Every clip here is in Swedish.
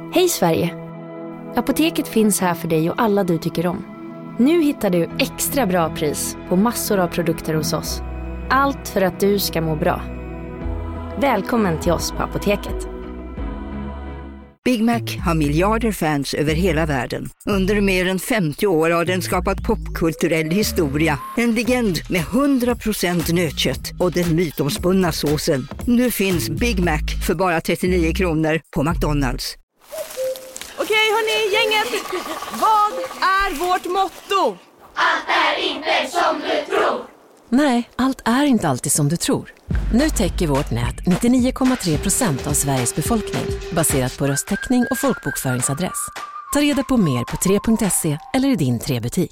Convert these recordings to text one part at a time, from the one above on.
Hej Sverige! Apoteket finns här för dig och alla du tycker om. Nu hittar du extra bra pris på massor av produkter hos oss. Allt för att du ska må bra. Välkommen till oss på Apoteket. Big Mac har miljarder fans över hela världen. Under mer än 50 år har den skapat popkulturell historia. En legend med 100% nötkött och den mytomspunna såsen. Nu finns Big Mac för bara 39 kronor på McDonald's. Okej hörni, gänget. Vad är vårt motto? Allt är inte som du tror. Nej, allt är inte alltid som du tror. Nu täcker vårt nät 99,3% av Sveriges befolkning baserat på röstteckning och folkbokföringsadress. Ta reda på mer på 3.se eller i din 3-butik.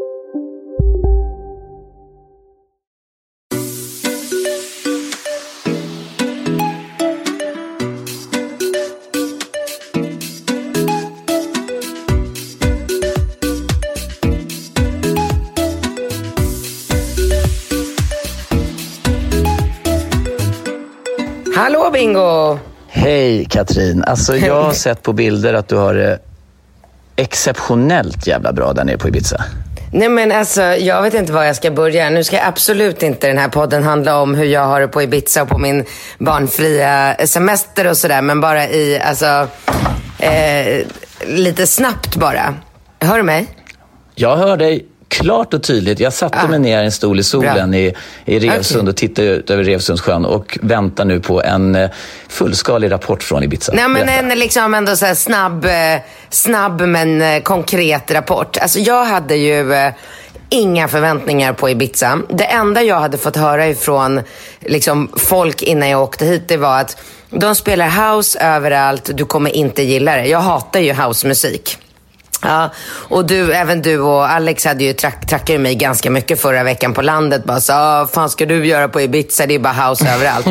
Hallå Bingo! Hej Katrin, alltså jag har sett på bilder att du har det exceptionellt jävla bra där nere på Ibiza. Nej men alltså, jag vet inte var jag ska börja. Nu ska absolut inte den här podden handla om hur jag har det på Ibiza och på min barnfria semester och sådär. Men bara i, alltså, lite snabbt bara. Hör du mig? Jag hör dig klart och tydligt. Jag satte mig ner i en stol i solen i Revsund och tittade ut över Revsundssjön och väntar nu på en fullskalig rapport från Ibiza. Nej men en liksom ändå så här snabb men konkret rapport. Alltså jag hade ju inga förväntningar på Ibiza. Det enda jag hade fått höra ifrån liksom folk innan jag åkte hit, det var att de spelar house överallt, du kommer inte gilla det. Jag hatar ju housemusik. Ja, och även du och Alex hade ju trackade mig ganska mycket förra veckan på landet. Bara så, fan ska du göra på Ibiza? Det är bara house överallt.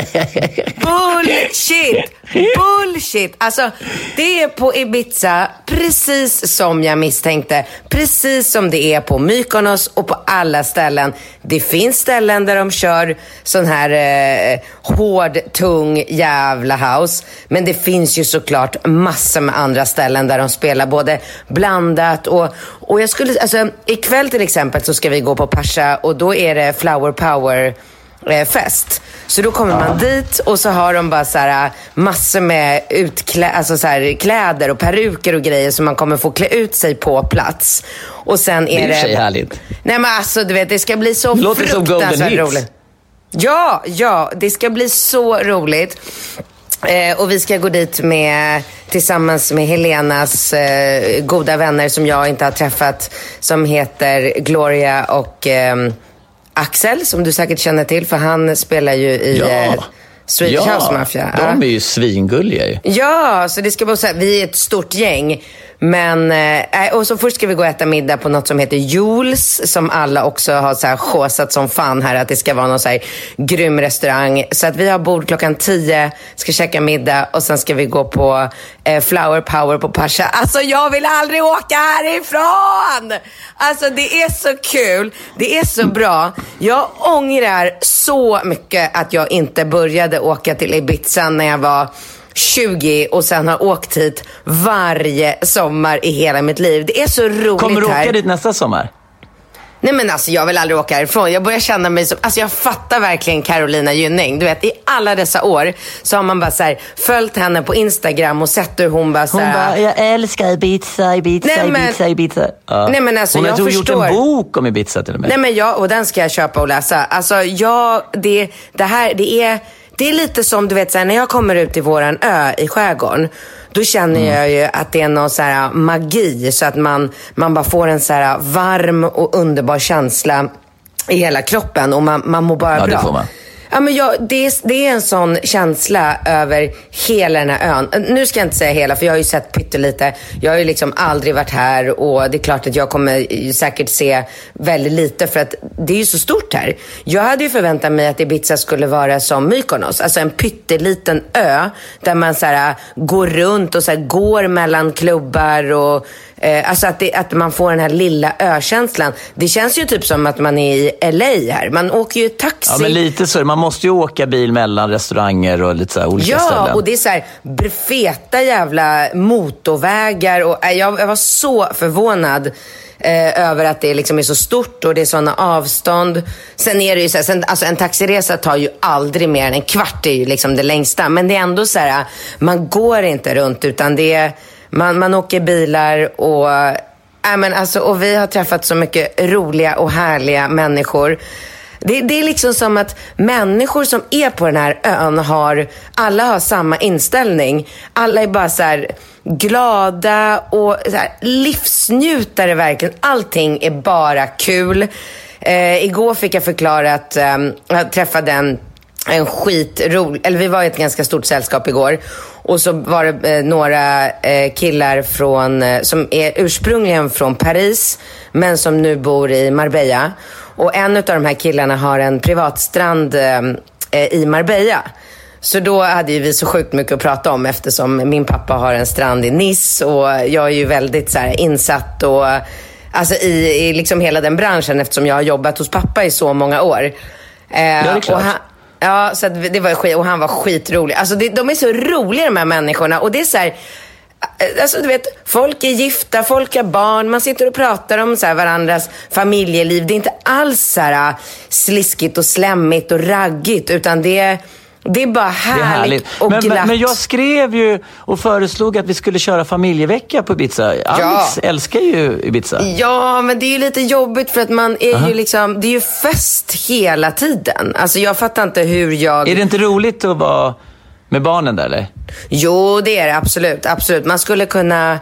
Bullshit. Alltså, det är på Ibiza precis som jag misstänkte. Precis som det är på Mykonos och på alla ställen. Det finns ställen där de kör sån här hård, tung jävla house. Men det finns ju såklart massor med andra ställen där de spelar både blandat och jag skulle, alltså ikväll till exempel så ska vi gå på Pasha och då är det Flower Power fest. Så då kommer man dit och så har de bara så här massor med alltså så här kläder och peruker och grejer som man kommer få klä ut sig på plats. Och sen är det härligt. Nej men alltså du vet, det ska bli så fruktansvärt roligt. Ja, det ska bli så roligt. Och vi ska gå dit tillsammans med Helenas goda vänner som jag inte har träffat, som heter Gloria och Axel, som du säkert känner till, för han spelar ju i Swedish House Mafia. De är ju svingulliga ju. Ja, så det ska vara så här, vi är ett stort gäng. Men, och så först ska vi gå och äta middag på något som heter Jules, som alla också har så här chosat som fan här, att det ska vara någon så här grym restaurang. Så att vi har bord klockan 10, ska käka middag och sen ska vi gå på Flower Power på Pasha. Alltså jag vill aldrig åka härifrån! Alltså det är så kul, det är så bra. Jag ångrar så mycket att jag inte började åka till Ibiza när jag var 20 och sen har åkt hit varje sommar i hela mitt liv. Det är så roligt här. Kommer du åka dit nästa sommar? Nej men alltså jag vill aldrig åka härifrån. Jag börjar känna mig som, alltså jag fattar verkligen Carolina Gynning. Du vet, i alla dessa år så har man bara så här följt henne på Instagram och sett hur hon bara så här, hon bara, jag älskar Ibiza. Ja. Nej men alltså hon har gjort en bok om Ibiza till och med. Nej men och den ska jag köpa och läsa. Alltså det är lite som, du vet, så här, när jag kommer ut i våran ö i skärgården, då känner jag ju att det är någon så här magi, så att man bara får en så här varm och underbar känsla i hela kroppen och man mår bara bra. Det får man. Ja, men det är en sån känsla över hela den här ön. Nu ska jag inte säga hela, för jag har ju sett pyttelite. Jag har ju liksom aldrig varit här, och det är klart att jag kommer säkert se väldigt lite, för att det är ju så stort här. Jag hade ju förväntat mig att Ibiza skulle vara som Mykonos, alltså en pytteliten ö där man så här går runt och så här går mellan klubbar och alltså att man får den här lilla ökänslan. Det känns ju typ som att man är i LA här. Man åker ju taxi. Ja, men lite så. Man man måste ju åka bil mellan restauranger och lite så här olika ställen. Ja, och det är så här feta jävla motorvägar. Och jag var så förvånad över att det liksom är så stort och det är sådana avstånd. Sen är det ju så här, alltså en taxiresa tar ju aldrig mer än en kvart, är ju liksom det längsta. Men det är ändå så här, man går inte runt, utan det är, man åker bilar och... men alltså, och vi har träffat så mycket roliga och härliga människor. Det är liksom som att människor som är på den här ön alla har samma inställning. Alla är bara så här glada och så här livsnjutare verkligen. Allting är bara kul. Igår fick jag förklara att jag träffade en skitrolig, eller vi var i ett ganska stort sällskap igår, och så var det några killar som är ursprungligen från Paris men som nu bor i Marbella, och en av de här killarna har en privatstrand i Marbella. Så då hade ju vi så sjukt mycket att prata om, eftersom min pappa har en strand i Nice och jag är ju väldigt så här insatt och alltså i liksom hela den branschen, eftersom jag har jobbat hos pappa i så många år. Ja, det är klart. Ja, så att det var skit, och han var skitrolig. Alltså de är så roliga, de här människorna. Och det är så här, alltså du vet, folk är gifta, folk har barn, man sitter och pratar om så här varandras familjeliv. Det är inte alls så här sliskigt och slemmigt och raggigt, utan det är bara härligt och glatt. Men jag skrev ju och föreslog att vi skulle köra familjevecka på Ibiza. Alex älskar ju Ibiza. Ja, men det är ju lite jobbigt för att man är ju liksom, det är ju fest hela tiden. Alltså jag fattar inte hur jag... Är det inte roligt att vara med barnen där, eller? Jo, det är det, absolut. Man skulle kunna...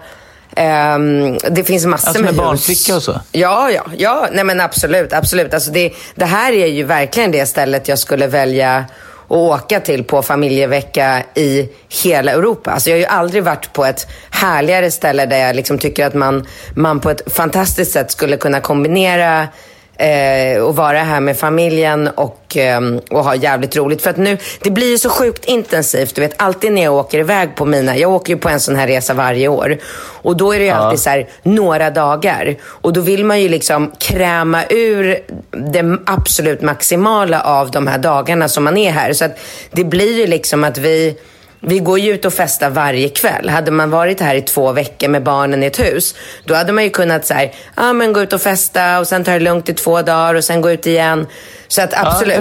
det finns massor alltså med barnflicka och så? Ja, nej men absolut. Alltså det här är ju verkligen det stället jag skulle välja och åka till på familjevecka i hela Europa. Alltså jag har ju aldrig varit på ett härligare ställe där jag liksom tycker att man på ett fantastiskt sätt skulle kunna kombinera och vara här med familjen och ha jävligt roligt. För att nu, det blir ju så sjukt intensivt. Du vet, alltid när jag åker iväg på jag åker ju på en sån här resa varje år. Och då är det ju alltid så här några dagar. Och då vill man ju liksom kräma ur det absolut maximala av de här dagarna som man är här. Så att det blir ju liksom att vi går ju ut och festar varje kväll. Hade man varit här i 2 veckor med barnen i ett hus, då hade man ju kunnat säga, men gå ut och festa och sen ta det lugnt i 2 dagar och sen gå ut igen. Så att absolut.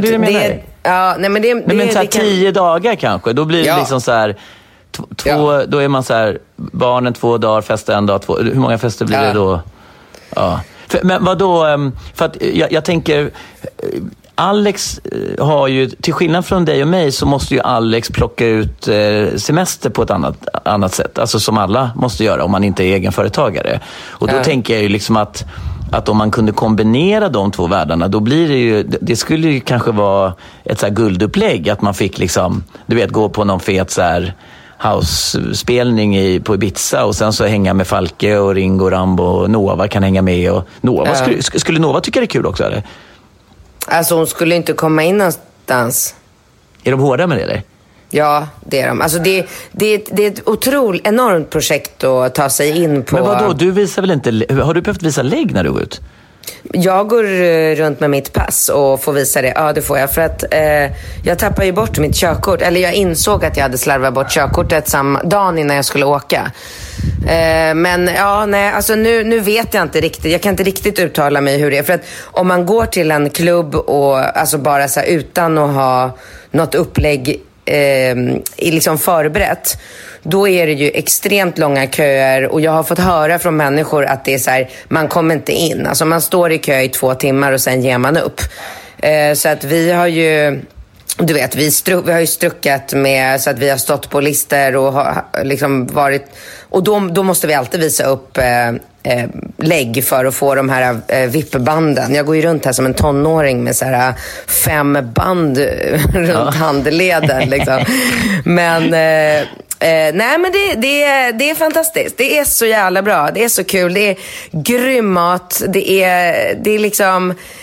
Men 10 dagar kanske. Då blir det liksom så här, då är man så här, barnen 2 dagar, festa 1 dag, 2. Hur många fester blir det då? Ja. Men vadå? För att jag tänker... Alex har ju, till skillnad från dig och mig, så måste ju Alex plocka ut semester på ett annat sätt. Alltså som alla måste göra om man inte är egenföretagare. Och då tänker jag ju liksom att om man kunde kombinera de 2 världarna, då blir det ju, det skulle ju kanske vara ett så här guldupplägg, att man fick liksom, du vet, gå på någon fet så här house-spelning på Ibiza och sen så hänga med Falke och Ringo, Rambo och Nova kan hänga med. Och Nova, skulle Nova tycka det är kul också, eller? Alltså hon skulle inte komma in någonstans. Är de hårda med det, eller? Ja, det är de. Alltså det är ett otroligt enormt projekt att ta sig in på. Men vadå, du visar väl inte... Har du behövt visa lägg när du går ut? Jag går runt med mitt pass och får visa det. Ja, det får jag. För att jag tappade ju bort mitt körkort. Eller jag insåg att jag hade slarvat bort körkortet samma dag innan jag skulle åka. Men ja, nej, alltså nu vet jag inte riktigt. Jag kan inte riktigt uttala mig hur det är. För att om man går till en klubb och alltså bara så här, utan att ha något upplägg liksom förberett, då är det ju extremt långa köer. Och jag har fått höra från människor att det är så här, man kommer inte in. Alltså man står i kö i 2 timmar och sen ger man upp. Så att vi har ju, du vet, vi har ju struckat med, så att vi har stått på listor och har liksom varit, och då måste vi alltid visa upp lägg för att få de här vippbanden. Jag går ju runt här som en tonåring med så här 5 band runt handleden liksom. Men nej, men det är fantastiskt. Det är så jävla bra. Det är så kul. Det är grym mat. Det är liksom...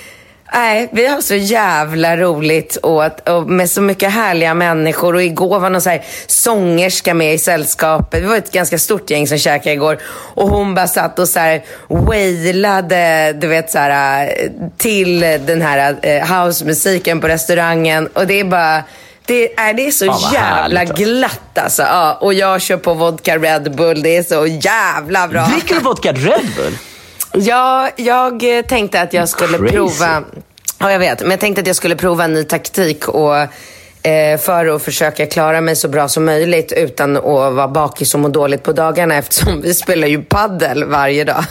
Nej, vi har så jävla roligt och med så mycket härliga människor. Och igår var någon så här sångerska med i sällskapet. Vi var ett ganska stort gäng som käkade igår. Och hon bara satt och så här wailade, du vet, så här, till den här housemusiken på restaurangen. Och det är bara... Det är så jävla härligt, glatt alltså. Ja, och jag kör på vodka Red Bull. Det är så jävla bra. Dricker du vodka Red Bull? Ja, jag tänkte att jag skulle prova... Ja, jag vet. Men jag tänkte att jag skulle prova en ny taktik och för att försöka klara mig så bra som möjligt utan att vara bakis och må dåligt på dagarna, eftersom vi spelar ju paddel varje dag.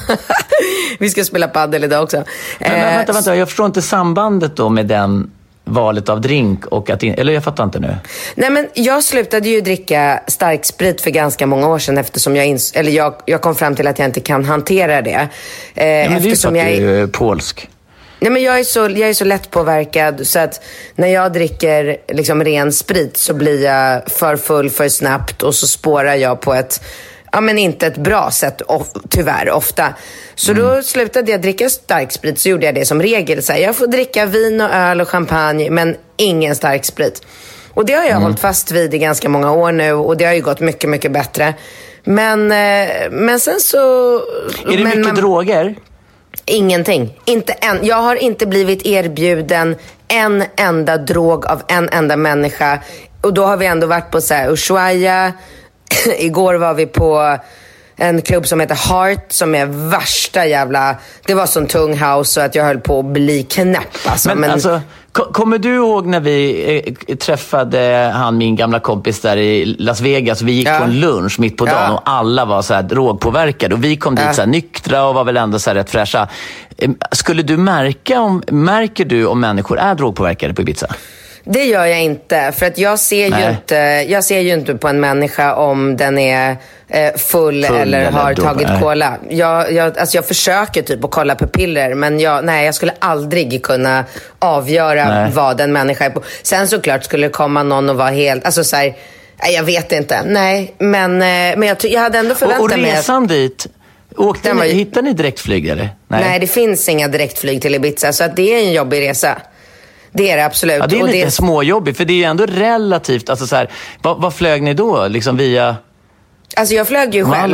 Vi ska spela paddel idag också. Men vänta. Jag förstår inte sambandet då med den valet av drink och att... Eller jag fattar inte nu. Nej, men jag slutade ju dricka starksprit för ganska många år sedan, eftersom jag kom fram till att jag inte kan hantera det. Men eftersom det är ju för att du är polsk. Nej, men jag är så lätt påverkad så att när jag dricker liksom ren sprit så blir jag för full för snabbt och så spårar jag på ett... Ja, men inte ett bra sätt, tyvärr, ofta. Så då slutade jag dricka starksprit, så gjorde jag det som regel. Så här, jag får dricka vin och öl och champagne, men ingen starksprit. Och det har jag hållit fast vid i ganska många år nu. Och det har ju gått mycket, mycket bättre. Men sen så... Är det mycket droger? Ingenting. Inte än. Jag har inte blivit erbjuden en enda drog av en enda människa. Och då har vi ändå varit på så här Ushuaia. Igår var vi på en klubb som heter Heart, som är värsta jävla... Det var sån tung house så att jag höll på att bli knäpp. Alltså. Men alltså, kommer du ihåg när vi träffade min gamla kompis där i Las Vegas? Vi gick på en lunch mitt på dagen och alla var så här drogpåverkade. Och vi kom dit så här nyktra och var väl ändå så här rätt fräscha. Skulle du märker du om människor är drogpåverkade på Ibiza? Det gör jag inte, för att jag ser ju inte på en människa om den är full eller har tagit cola. Jag försöker typ att kolla pupiller, men jag skulle aldrig kunna avgöra vad en människa är på. Sen såklart skulle det komma någon och vara helt, alltså så här, jag vet inte. Nej, men jag hade ändå förväntat mig. Och resan dit, hittade ni direktflyg eller? Nej, det finns inga direktflyg till Ibiza, så att det är en jobbig resa. Det är det absolut. Ja, det är lite småjobbigt, för det är ju ändå relativt, alltså så här, vad flög ni då? Liksom via... Alltså jag flög ju själv.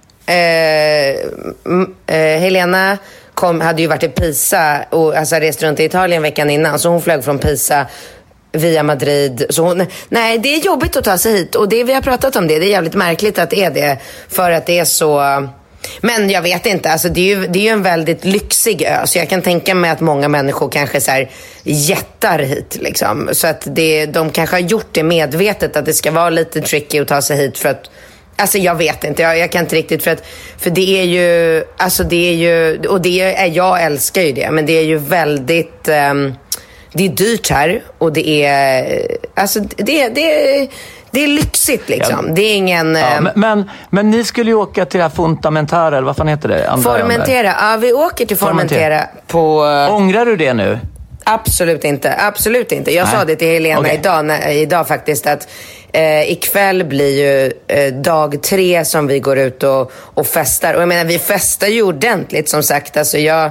Helena hade ju varit i Pisa och alltså rest runt i Italien veckan innan, så hon flög från Pisa via Madrid. Så nej, det är jobbigt att ta sig hit, och vi har pratat om det är jävligt märkligt att det är det, för att det är så... Men jag vet inte, alltså det är ju en väldigt lyxig ö, så jag kan tänka mig att många människor kanske så här jättar hit liksom. Så att de kanske har gjort det medvetet, att det ska vara lite tricky att ta sig hit, för att alltså jag vet inte, jag kan inte riktigt, för det är ju, alltså det är ju, och jag älskar ju det, men det är ju väldigt det är dyrt här, och det är alltså det är lyxigt liksom. Ja. Det är ingen... Men ni skulle ju åka till det här Formentera, eller vad fan heter det? Formentera, ja, vi åker till Formentera på... Ångrar du det nu? Absolut inte. Jag sa det till Helena idag faktiskt, att ikväll blir ju dag 3 som vi går ut och festar. Och jag menar, vi festar ju ordentligt, som sagt. Alltså men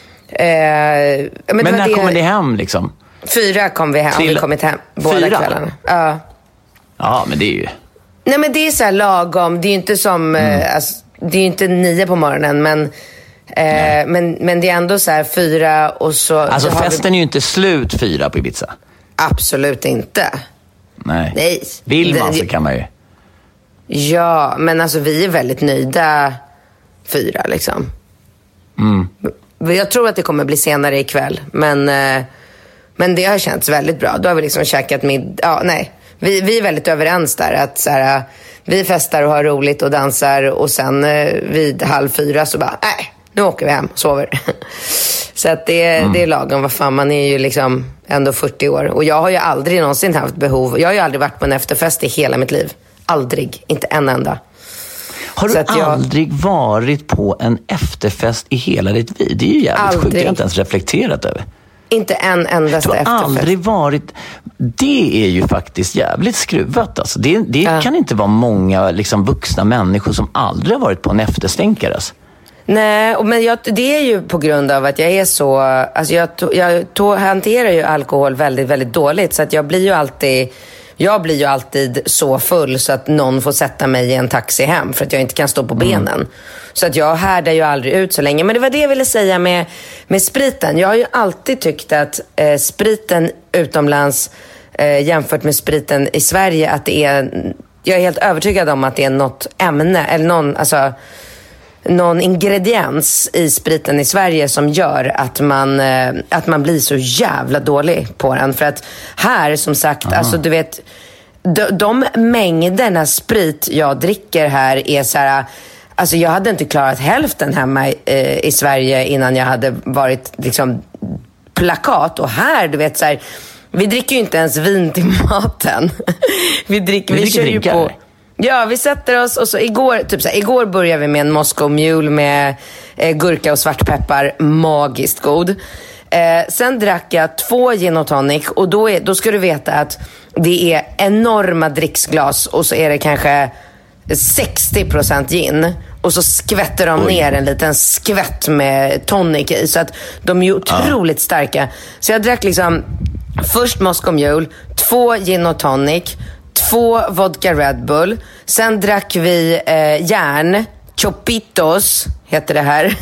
när kommer ni hem liksom? 4 kom vi hem. Vi kommit hem båda 4? Kvällarna. Ja. Ja, men det är ju... Nej, men det är så här lagom. Det är ju inte som... alltså, det är ju inte 9 på morgonen, men det är ändå så här 4 och så... Alltså festen är ju inte slut 4 på Ibiza. Absolut inte. Nej. Vill man så kan man ju. Ja, men alltså vi är väldigt nöjda 4 liksom. Jag tror att det kommer bli senare ikväll, men det har känts väldigt bra. Då har vi liksom käkat vi är väldigt överens där, att så här, vi festar och har roligt och dansar, och sen vid 3:30 så bara, nu åker vi hem och sover. Så att det är lagom. Vad fan, man är ju liksom ändå 40 år. Och jag har ju aldrig någonsin haft behov. Jag har ju aldrig varit på en efterfest i hela mitt liv. Aldrig, inte en enda. Har du aldrig varit på en efterfest i hela ditt liv? Det är ju jävligt sjukt, jag har inte ens reflekterat över. Inte en endaste efterfest. Du har aldrig varit... Det är ju faktiskt jävligt skruvat. Alltså. Det kan inte vara många liksom vuxna människor som aldrig har varit på en efterstänkare. Alltså. Nej, men det är ju på grund av att jag är så... Alltså jag hanterar ju alkohol väldigt, väldigt dåligt. Så att jag blir ju alltid så full så att någon får sätta mig i en taxi hem. För att jag inte kan stå på benen. Så att jag härdar ju aldrig ut så länge. Men det var det jag ville säga med spriten. Jag har ju alltid tyckt att spriten utomlands jämfört med spriten i Sverige, att det är... Jag är helt övertygad om att det är något ämne eller någon ingrediens i spriten i Sverige som gör att man blir så jävla dålig på den. För att här, som sagt, alltså du vet, de mängderna sprit jag dricker här är så här, alltså jag hade inte klarat hälften hemma i Sverige innan jag hade varit liksom plakat. Och här, du vet så här, vi dricker ju inte ens vin till maten. vi kör ju på... Ja, vi sätter oss och så igår började vi med en Moscow Mule med gurka och svartpeppar, magiskt god. Sen drack jag 2 gin och tonic och då ska du veta att det är enorma dricksglas och så är det kanske 60% gin och så skvätter de ner en liten skvätt med tonic i, så att de är otroligt starka. Så jag drack liksom först Moscow Mule, 2 gin och tonic, 2 vodka Red Bull. Sen drack vi järn, Chopitos heter det här.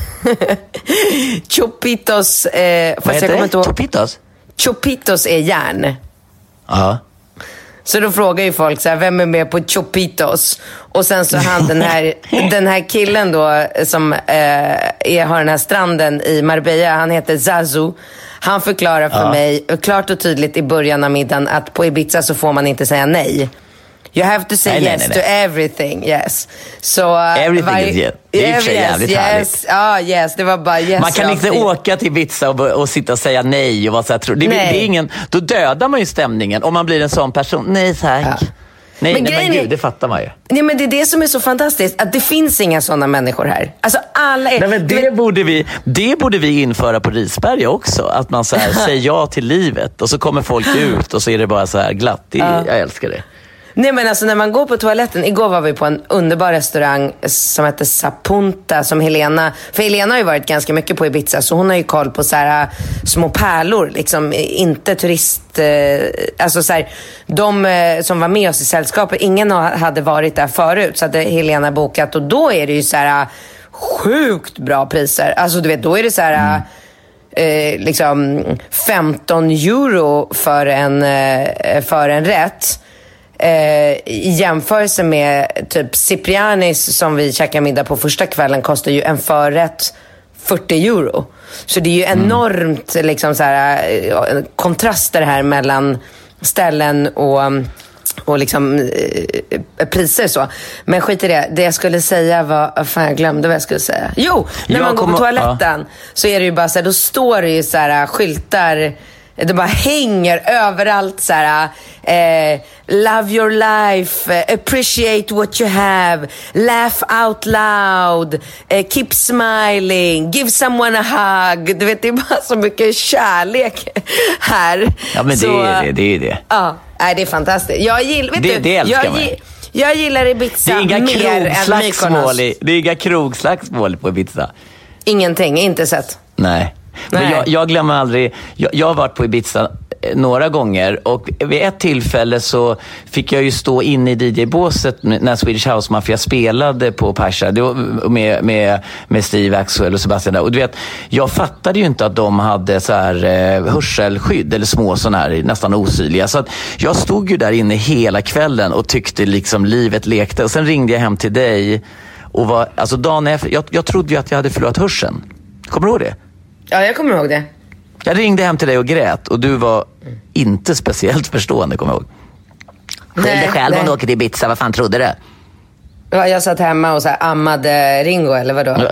Chopitos. Vad heter det? Chopitos? Chopitos är järn. Ja. Så då frågar ju folk så här, vem är med på Chopitos? Och sen så han den här killen då som har den här stranden i Marbella, han heter Zazu. Han förklarar för mig klart och tydligt i början av middagen att på Ibiza så får man inte säga nej. You have to say yes to everything, yes. So, everything is yes. Det är ju jävligt härligt. Yes, det var bara yes. Man kan inte åka till Ibiza och sitta och säga nej och vara så här, det är ingen, då dödar man ju stämningen om man blir en sån person. Nej tack. Ja. Nej, men gud, det fattar man ju. Nej, men det är det som är så fantastiskt, att det finns inga sådana människor här. Alltså alla är... Nej, men det borde vi införa på Risberg också. Att man så här, säger ja till livet och så kommer folk ut och så är det bara så här glatt. Jag älskar det. Nej, men alltså när man går på toaletten, igår var vi på en underbar restaurang som heter Sapunta, som Helena, för Helena har ju varit ganska mycket på Ibiza, så hon har ju koll på så här små pärlor, liksom inte turist, alltså så här, de som var med oss i sällskapet, ingen hade varit där förut, så hade Helena bokat, och då är det ju så här sjukt bra priser, alltså du vet, då är det så här liksom 15 euro för en rätt. I jämförelse med typ Ciprianis som vi käkar middag på första kvällen, kostar ju en förrätt 40 euro. Så det är ju enormt liksom så här, kontraster här mellan ställen och liksom priser så. Men skit i det. Det jag skulle säga var, fan jag glömde vad jag skulle säga. Jo, när man går på toaletten så är det ju bara så här, då står det ju så här skyltar. Det bara hänger överallt så här, love your life, appreciate what you have, laugh out loud, keep smiling, give someone a hug. Du vet, det är bara så mycket kärlek här. Ja, men så, det är det. Ja, det är fantastiskt. Jag gillar Ibiza mer än Mykonos. Det är inga krogslagsmål på Ibiza. Ingenting, inte sett. Nej. Men jag glömmer aldrig, jag har varit på Ibiza några gånger, och vid ett tillfälle så fick jag ju stå inne i DJ-båset när Swedish House Mafia spelade på Pasha med Steve Axwell och Sebastian där. Och du vet, jag fattade ju inte att de hade så här hörselskydd eller små sådana här nästan osynliga, så att jag stod ju där inne hela kvällen och tyckte liksom livet lekte, och sen ringde jag hem till dig och var, alltså dagen efter, jag trodde ju att jag hade förlorat hörseln. Kommer du ihåg det? Ja, jag kommer ihåg det. Jag ringde hem till dig och grät, och du var inte speciellt förstående, kommer jag ihåg. Skyll dig själv om du åker till Ibiza, vad fan trodde du? Ja, jag satt hemma och så här ammade Ringo, eller vadå?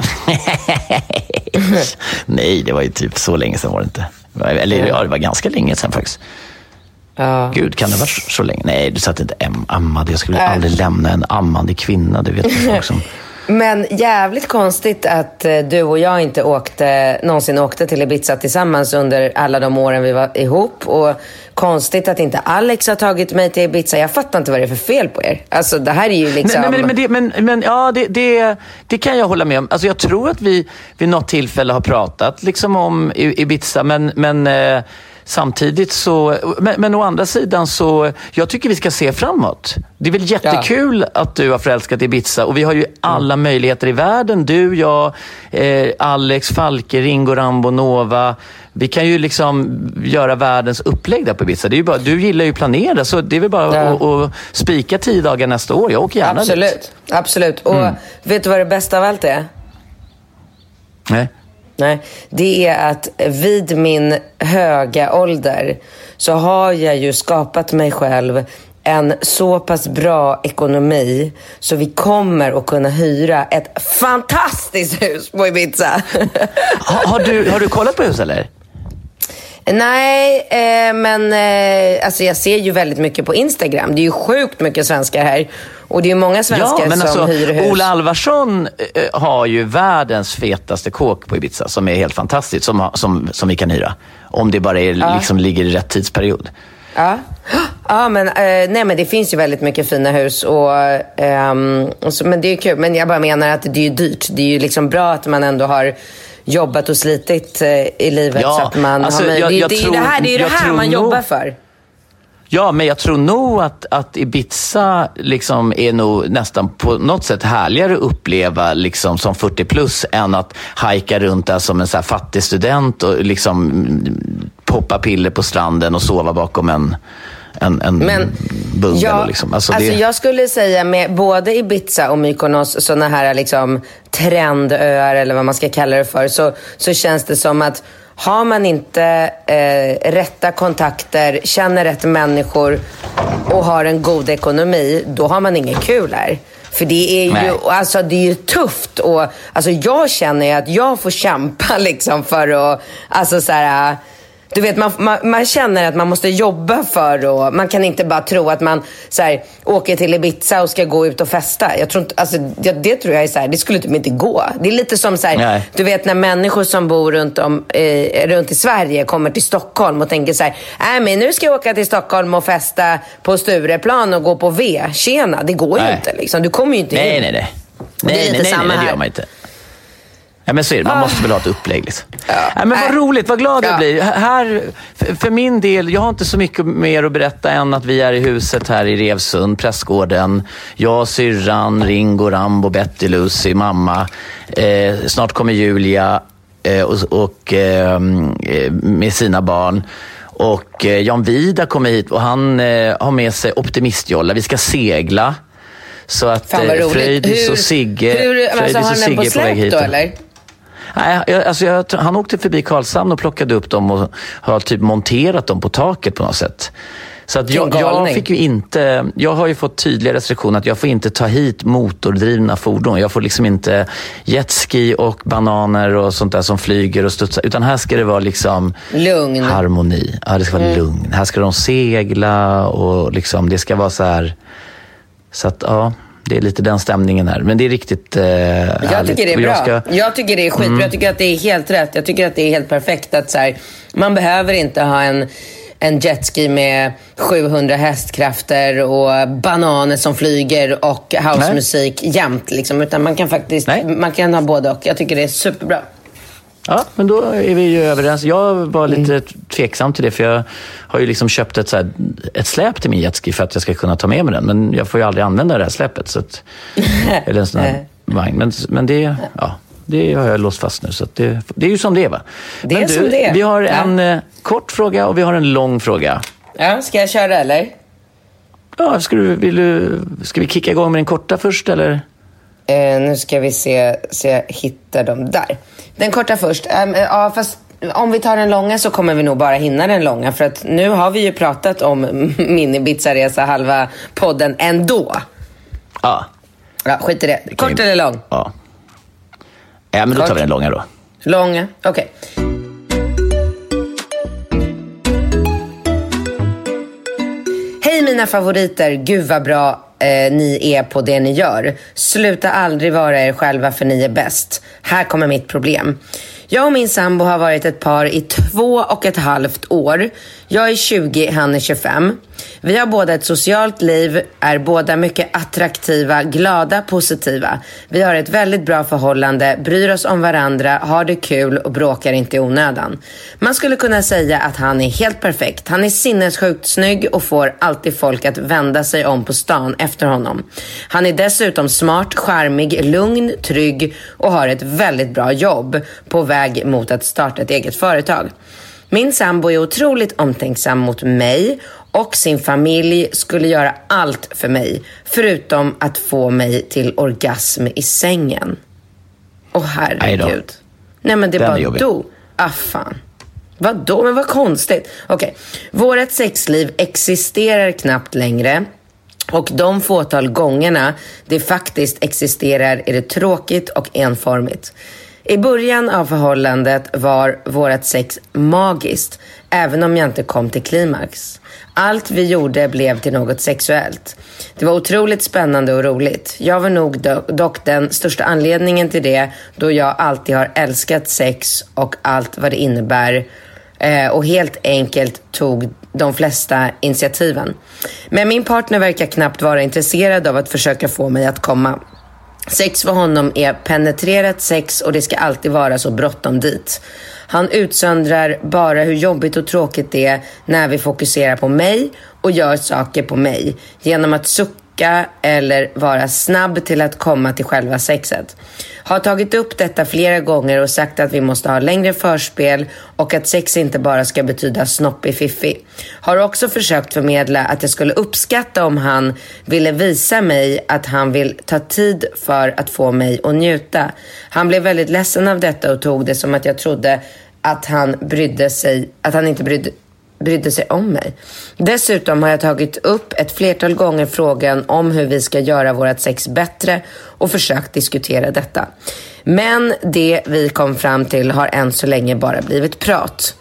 Nej, det var ju typ så länge sedan var det inte. Eller ja, det var ganska länge sedan faktiskt. Ja. Gud, kan det vara så länge? Nej, du satt inte ammade. Jag skulle aldrig lämna en ammande kvinna, det vet du folk som... Men jävligt konstigt att du och jag inte någonsin åkte till Ibiza tillsammans under alla de åren vi var ihop. Och konstigt att inte Alex har tagit mig till Ibiza. Jag fattar inte vad det är för fel på er. Alltså det här är ju liksom... Men det kan jag hålla med om. Alltså jag tror att vi vid något tillfälle har pratat liksom om Ibiza. Men samtidigt så... Men å andra sidan så... Jag tycker vi ska se framåt. Det är väl jättekul att du har förälskat Ibiza. Och vi har ju alla möjligheter i världen. Du, jag, Alex, Falke, Ringo, Rambo, Nova. Vi kan ju liksom göra världens upplägg där på Ibiza. Det är ju bara, du gillar ju planera. Så det är väl bara att spika 10 dagar nästa år. Jag åker gärna dit. Absolut. Och vet du vad det bästa av allt är? Nej, det är att vid min höga ålder så har jag ju skapat mig själv en så pass bra ekonomi så vi kommer att kunna hyra ett fantastiskt hus på Ibiza. Har du kollat på hus eller? Nej, men alltså jag ser ju väldigt mycket på Instagram. Det är ju sjukt mycket svenskar här. Och det är ju många svenskar som hyr hus. Ola Alvarsson har ju världens fetaste kåk på Ibiza som är helt fantastiskt, som vi kan hyra. Om det bara är, liksom ligger i rätt tidsperiod. Ja, men nej, men det finns ju väldigt mycket fina hus men det är ju kul. Men jag bara menar att det är ju dyrt. Det är ju liksom bra att man ändå har jobbat och slitit i livet så att man har möjlighet. Det är ju det här man jobbar för. Ja, men jag tror nog att Ibiza liksom är nog nästan på något sätt härligare att uppleva liksom som 40 plus än att hajka runt där som en så här fattig student och liksom poppa piller på stranden och sova bakom en bungalow. Liksom. Alltså jag skulle säga med både Ibiza och Mykonos, såna här liksom trendöar eller vad man ska kalla det för, så känns det som att har man inte rätta kontakter, känner rätt människor och har en god ekonomi, då har man inget kul här. För det är ju, alltså det är ju tufft och alltså jag känner ju att jag får kämpa liksom för att, alltså så här, du vet, man känner att man måste jobba för och man kan inte bara tro att man så här, åker till Ibiza och ska gå ut och festa. Jag tror inte, alltså det tror jag är så här, det skulle typ inte gå. Det är lite som så här, du vet när människor som bor runt i Sverige kommer till Stockholm och tänker så här, men nu ska jag åka till Stockholm och festa på Stureplan och gå på Tjena, det går ju inte liksom. Du kommer ju inte in. Nej, det gör man inte. Ja, men så är det. Man måste väl ha ett upplägg liksom. Men vad roligt, vad glad jag blir. Här, för min del, jag har inte så mycket mer att berätta än att vi är i huset här i Revsund, Prästgården. Jag, syrran, Ringo, Rambo, Betty, Lucy, mamma. Snart kommer Julia och med sina barn. Och Jan Vida kommer hit och han har med sig optimistjolla. Vi ska segla. Så att Fröjdis och Sigge är på väg hit. Eller? Nej, alltså han åkte förbi Karlshamn och plockade upp dem och har typ monterat dem på taket på något sätt. Så att jag fick ju inte, jag har ju fått tydliga restriktioner att jag får inte ta hit motordrivna fordon. Jag får liksom inte jetski och bananer och sånt där som flyger och studsar. Utan här ska det vara liksom lugn. Harmoni. Ja, det ska vara lugn. Här ska de segla och liksom det ska vara så här. Så att det är lite den stämningen här. Men det är riktigt jag tycker det är bra. Jag tycker det är skitbra. Jag tycker att det är helt rätt. Jag tycker att det är helt perfekt att så här, man behöver inte ha en jetski med 700 hästkrafter och bananer som flyger och housemusik jämt liksom. Utan man kan faktiskt man kan ha både och. Jag tycker det är superbra. Ja, men då är vi ju överens. Jag var lite tveksam till det för jag har ju liksom köpt ett släp till min jetski för att jag ska kunna ta med mig den. Men jag får ju aldrig använda det här släpet. Så att, eller en sån här vagn. Men det har jag låst fast nu. Så att det är ju som det är, va? Det är som det är. Vi har en kort fråga och vi har en lång fråga. Ja, ska jag köra eller? Ja, ska vi kicka igång med den korta först eller? Nu ska vi se så jag hittar dem där. Den korta först. Fast om vi tar den långa så kommer vi nog bara hinna den långa. För att nu har vi ju pratat om min Ibiza-resa halva podden ändå. Ja, skit i det. Kort eller lång? Ja, men då tar vi den långa då. Långa, okej. Hej mina favoriter, gud vad bra ni är på det ni gör. Sluta aldrig vara er själva, för ni är bäst. Här kommer mitt problem. Jag och min sambo har varit ett par i 2,5 år. Jag är 20, han är 25. Vi har båda ett socialt liv, är båda mycket attraktiva, glada, positiva. Vi har ett väldigt bra förhållande, bryr oss om varandra, har det kul och bråkar inte i onödan. Man skulle kunna säga att han är helt perfekt. Han är sinnessjukt snygg och får alltid folk att vända sig om på stan efter honom. Han är dessutom smart, charmig, lugn, trygg och har ett väldigt bra jobb på väg mot att starta ett eget företag. Min sambo är otroligt omtänksam mot mig och sin familj, skulle göra allt för mig förutom att få mig till orgasm i sängen. Åh herregud. Nej men det bara då. Fan. Vadå? Men vad konstigt. Okej. Vårat sexliv existerar knappt längre. Och de fåtal gångerna det faktiskt existerar är det tråkigt och enformigt. I början av förhållandet var vårat sex magiskt, även om jag inte kom till klimax. Allt vi gjorde blev till något sexuellt. Det var otroligt spännande och roligt. Jag var nog dock den största anledningen till det, då jag alltid har älskat sex och allt vad det innebär. Och helt enkelt tog de flesta initiativen. Men min partner verkar knappt vara intresserad av att försöka få mig att komma. Sex för honom är penetrerat sex och det ska alltid vara så bråttom dit. Han utsöndrar bara hur jobbigt och tråkigt det är när vi fokuserar på mig och gör saker på mig genom att sucka eller vara snabb till att komma till själva sexet. Har tagit upp detta flera gånger och sagt att vi måste ha längre förspel och att sex inte bara ska betyda snoppig fiffi. Har också försökt förmedla att jag skulle uppskatta om han ville visa mig att han vill ta tid för att få mig att njuta. Han blev väldigt ledsen av detta och tog det som att jag trodde att han inte brydde sig om mig. Dessutom har jag tagit upp ett flertal gånger frågan om hur vi ska göra vårat sex bättre och försökt diskutera detta. Men det vi kom fram till har än så länge bara blivit prat.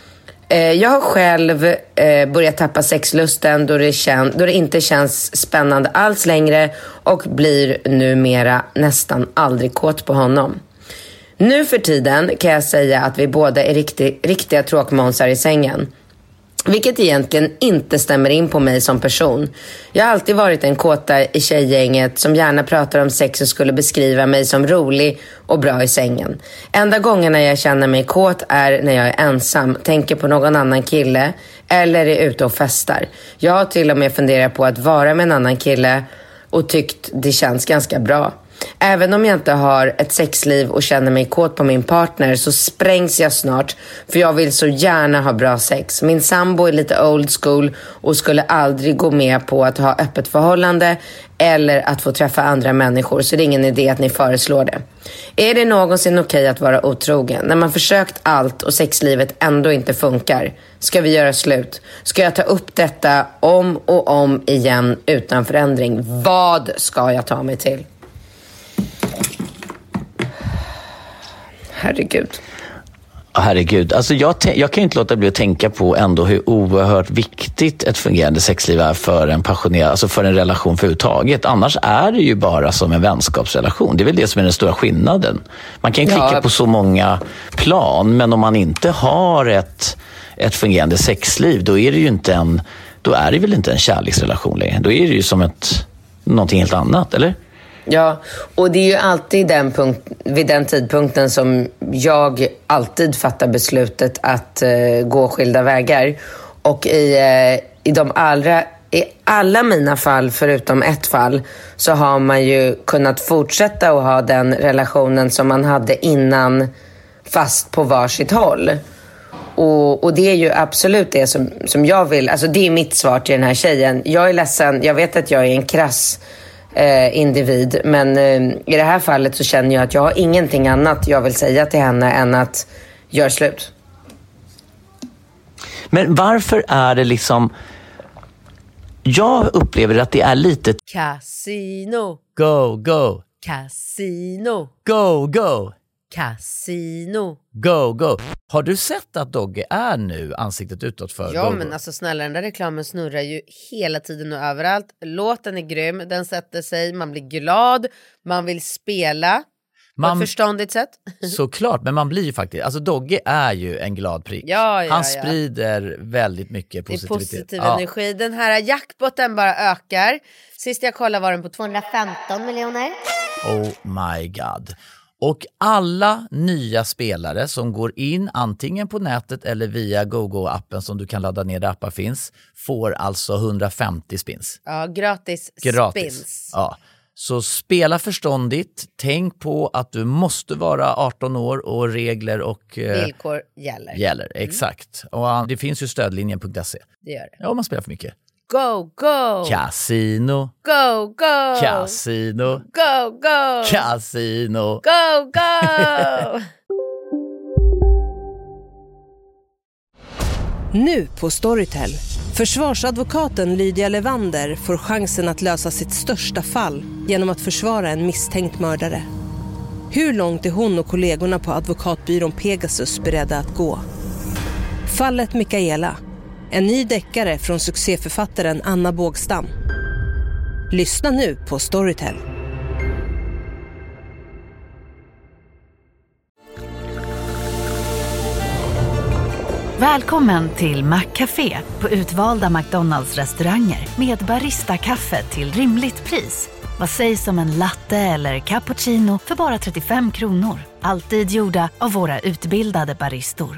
Jag har själv börjat tappa sexlusten då det inte känns spännande alls längre och blir numera nästan aldrig kåt på honom. Nu för tiden kan jag säga att vi båda är riktiga tråkmånsar i sängen. Vilket egentligen inte stämmer in på mig som person. Jag har alltid varit en kåta i tjejgänget som gärna pratar om sex och skulle beskriva mig som rolig och bra i sängen. Enda gångerna jag känner mig kåt är när jag är ensam, tänker på någon annan kille eller är ute och festar. Jag har till och med funderat på att vara med en annan kille och tyckt det känns ganska bra. Även om jag inte har ett sexliv och känner mig kåt på min partner så sprängs jag snart, för jag vill så gärna ha bra sex. Min sambo är lite old school och skulle aldrig gå med på att ha öppet förhållande eller att få träffa andra människor, så det är ingen idé att ni föreslår det. Är det någonsin okej att vara otrogen? När man försökt allt och sexlivet ändå inte funkar, ska vi göra slut? Ska jag ta upp detta om och om igen utan förändring? Vad ska jag ta mig till? Herregud. Alltså jag kan ju inte låta bli att tänka på ändå hur oerhört viktigt ett fungerande sexliv är för en passionerad, alltså för en relation överhuvudtaget. Annars är det ju bara som en vänskapsrelation. Det är väl det som är den stora skillnaden. Man kan ju klicka på så många plan, men om man inte har ett fungerande sexliv, då är det ju inte då är det väl inte en kärleksrelation längre. Då är det ju som någonting helt annat, eller? Ja, och det är ju alltid vid den tidpunkten som jag alltid fattar beslutet att gå skilda vägar. Och i alla mina fall, förutom ett fall, så har man ju kunnat fortsätta att ha den relationen som man hade innan, fast på varsitt håll. Och det är ju absolut det som jag vill. Alltså det är mitt svar till den här tjejen. Jag är ledsen, jag vet att jag är en krass individ, men i det här fallet så känner jag att jag har ingenting annat jag vill säga till henne än att gör slut. Men varför är det liksom, jag upplever att det är lite Casino. Go, go. Casino. Go, go. Casino. Go. Har du sett att Dogge är nu ansiktet utåt för Ja, Go? men alltså snälla, den där reklamen snurrar ju hela tiden och överallt. Låten är grym, den sätter sig, man blir glad, man vill spela på ett förståndigt sätt. Såklart, men man blir ju faktiskt, alltså Dogge är ju en glad prick. Han sprider väldigt mycket positivitet. Det är positiv energi. Den här jackpotten bara ökar. Sist jag kollade var den på 215 miljoner. Oh my god. Och alla nya spelare som går in antingen på nätet eller via GoGo-appen som du kan ladda ner där appar finns, får alltså 150 spins. Ja, gratis spins. Ja. Så spela förståndigt, tänk på att du måste vara 18 år och regler och villkor gäller. Exakt. Och det finns ju stödlinjen.se. Det gör det. Ja, om man spelar för mycket. Go! Casino. Go! Casino. Go! Casino. Go! Nu på Storytel. Försvarsadvokaten Lydia Levander får chansen att lösa sitt största fall genom att försvara en misstänkt mördare. Hur långt är hon och kollegorna på advokatbyrån Pegasus beredda att gå? Fallet Mikaela. En ny deckare från succéförfattaren Anna Bågstam. Lyssna nu på Storytel. Välkommen till Maccafé på utvalda McDonalds-restauranger med barista-kaffe till rimligt pris. Vad sägs om en latte eller cappuccino för bara 35 kronor? Alltid gjorda av våra utbildade baristor.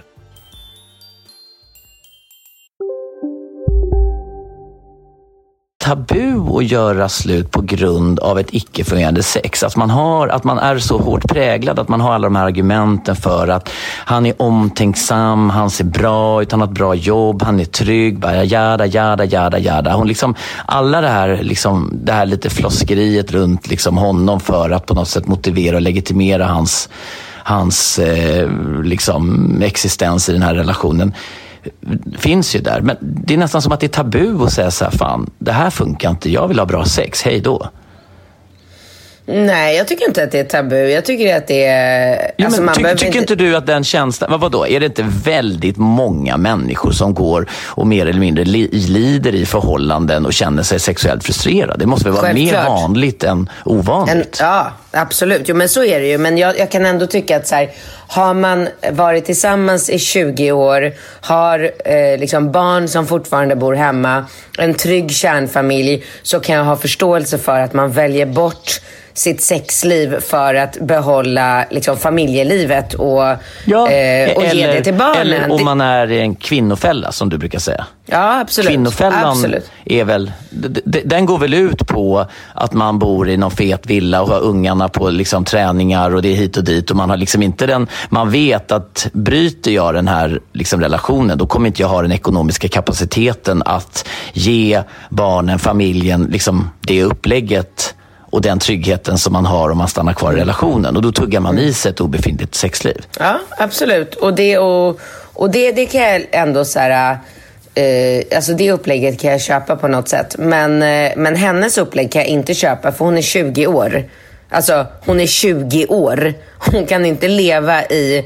Tabu att göra slut på grund av ett icke-fungerande sex. Att man är så hårt präglad, att man har alla de här argumenten för att han är omtänksam, han ser bra ut, han har ett bra jobb, han är trygg, bara jada. Hon liksom, alla det här lite floskeriet runt liksom honom för att på något sätt motivera och legitimera hans existens i den här relationen finns ju där. Men det är nästan som att det är tabu att säga så här, fan, det här funkar inte, jag vill ha bra sex, hej då. Nej, jag tycker inte att det är tabu. Jag tycker att det är... Ja, men tycker inte du att den känslan... Vadå? Är det inte väldigt många människor som går och mer eller mindre lider i förhållanden och känner sig sexuellt frustrerade? Det måste väl vara mer vanligt än ovanligt? Ja, absolut. Jo, men så är det ju. Men jag kan ändå tycka att så här, har man varit tillsammans i 20 år, har barn som fortfarande bor hemma, en trygg kärnfamilj, så kan jag ha förståelse för att man väljer bort sitt sexliv för att behålla familjelivet och ge det till barnen. Eller om man är i en kvinnofälla, som du brukar säga. Ja, absolut. Kvinnofällan är väl, den går väl ut på att man bor i någon fet villa och har ungarna på träningar och det är hit och dit, och man har inte man vet att bryter jag den här relationen, då kommer inte jag ha den ekonomiska kapaciteten att ge barnen, familjen, det upplägget och den tryggheten som man har om man stannar kvar i relationen. Och då tuggar man i sig ett obefintligt sexliv. Ja, absolut. Och det kan jag ändå så här... det upplägget kan jag köpa på något sätt. Men hennes upplägg kan jag inte köpa, för hon är 20 år. Alltså, hon är 20 år. Hon kan inte leva i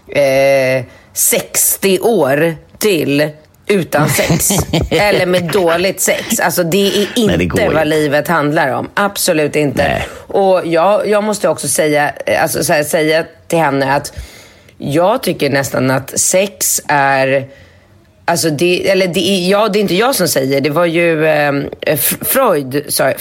60 år till utan sex. Eller med dåligt sex. Alltså det är inte vad livet handlar om. Absolut inte. Nej. Och jag måste också säga till henne att jag tycker nästan att sex är... Alltså det är inte jag som säger. Det var ju Freud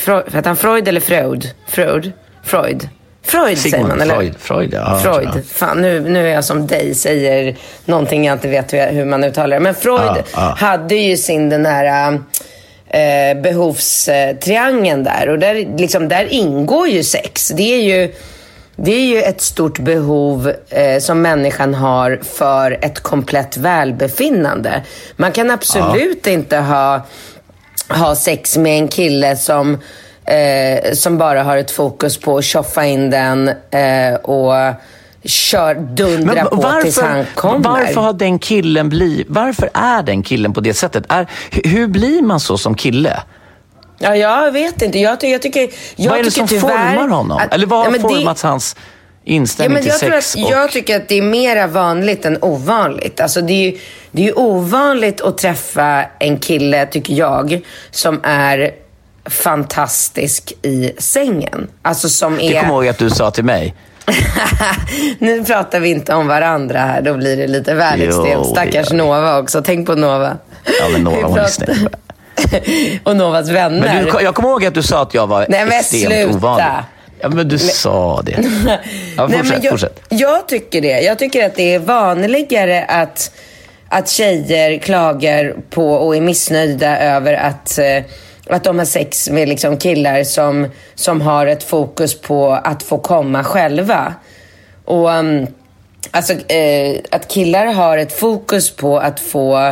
säger man, eller? Freud, ja. Freud. Fan, nu är jag som dig, säger någonting jag inte vet hur man uttalar det. Men Freud hade ju den här behovstriangeln där. Och där ingår ju sex. Det är ju ett stort behov som människan har för ett komplett välbefinnande. Man kan absolut inte ha sex med en kille som bara har ett fokus på att tjoffa in den och dundra på tills han kommer. Varför är den killen på det sättet? Hur blir man så som kille? Ja, jag vet inte. Jag tycker vad är det som formar honom? Eller vad har format hans inställning till sex. Jag tycker att det är mer vanligt än ovanligt. Alltså det är ju ovanligt att träffa en kille, tycker jag, som är fantastisk i sängen. Alltså som är... Jag kommer ihåg att du sa till mig. Nu pratar vi inte om varandra här. Då blir det lite väl extremt. Stackars Nova också. Tänk på Nova. Ja, men Nova hon lyssnar. Och Novas vänner. Men jag kommer ihåg att du sa att jag var extremt ovanlig. Ja, men du sa det. Ja, fortsätt. Jag tycker det. Jag tycker att det är vanligare att tjejer klagar på och är missnöjda över att de har sex med liksom killar som har ett fokus på att få komma själva. Och alltså att killar har ett fokus på att få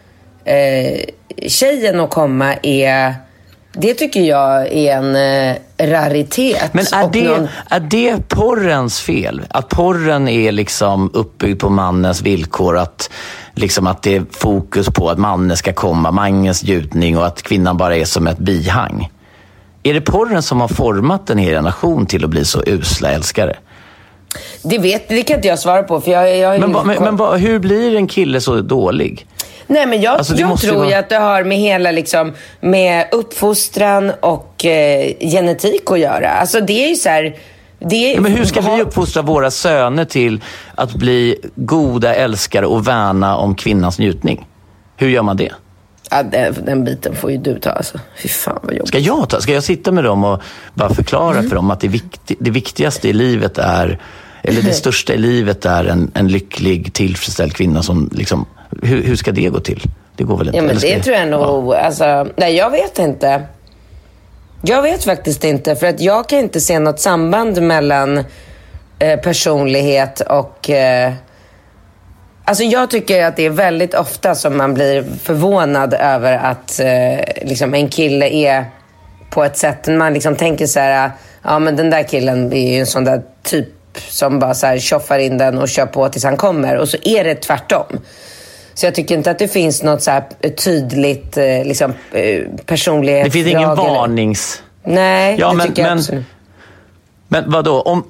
tjejen att komma det tycker jag är en raritet. Men är det porrens fel? Att porren är liksom uppbyggd på mannens villkor, att det är fokus på att mannen ska komma, mannens gjutning, och att kvinnan bara är som ett bihang? Är det porren som har format den här generationen till att bli så usla älskare? Det kan inte jag svara på, för jag men hur blir en kille så dålig? Nej, men jag tror ju att det har med hela med uppfostran och genetik att göra. Alltså det är ju så här... Men hur ska vi uppfostra våra söner till att bli goda älskare och värna om kvinnans njutning? Hur gör man det? Ja, den biten får ju du ta, alltså. Fy fan vad jobbigt. Ska jag sitta med dem och bara förklara för dem att det viktigaste i livet är, eller det största i livet är en lycklig, tillfredsställd kvinna som liksom... Hur ska det gå till? Det går väl inte? Ja, men det tror jag nog... Ja. Alltså, nej, jag vet inte. Jag vet faktiskt inte. För att jag kan inte se något samband mellan personlighet och... Alltså jag tycker att det är väldigt ofta som man blir förvånad över att en kille är på ett sätt. Man tänker så här... Ja, men den där killen är ju en sån där typ som bara så här tjoffar in den och kör på tills han kommer. Och så är det tvärtom. Så jag tycker inte att det finns något så här tydligt personlighet. Det finns ingen varnings... Nej, ja, det tycker jag absolut. Men vadå?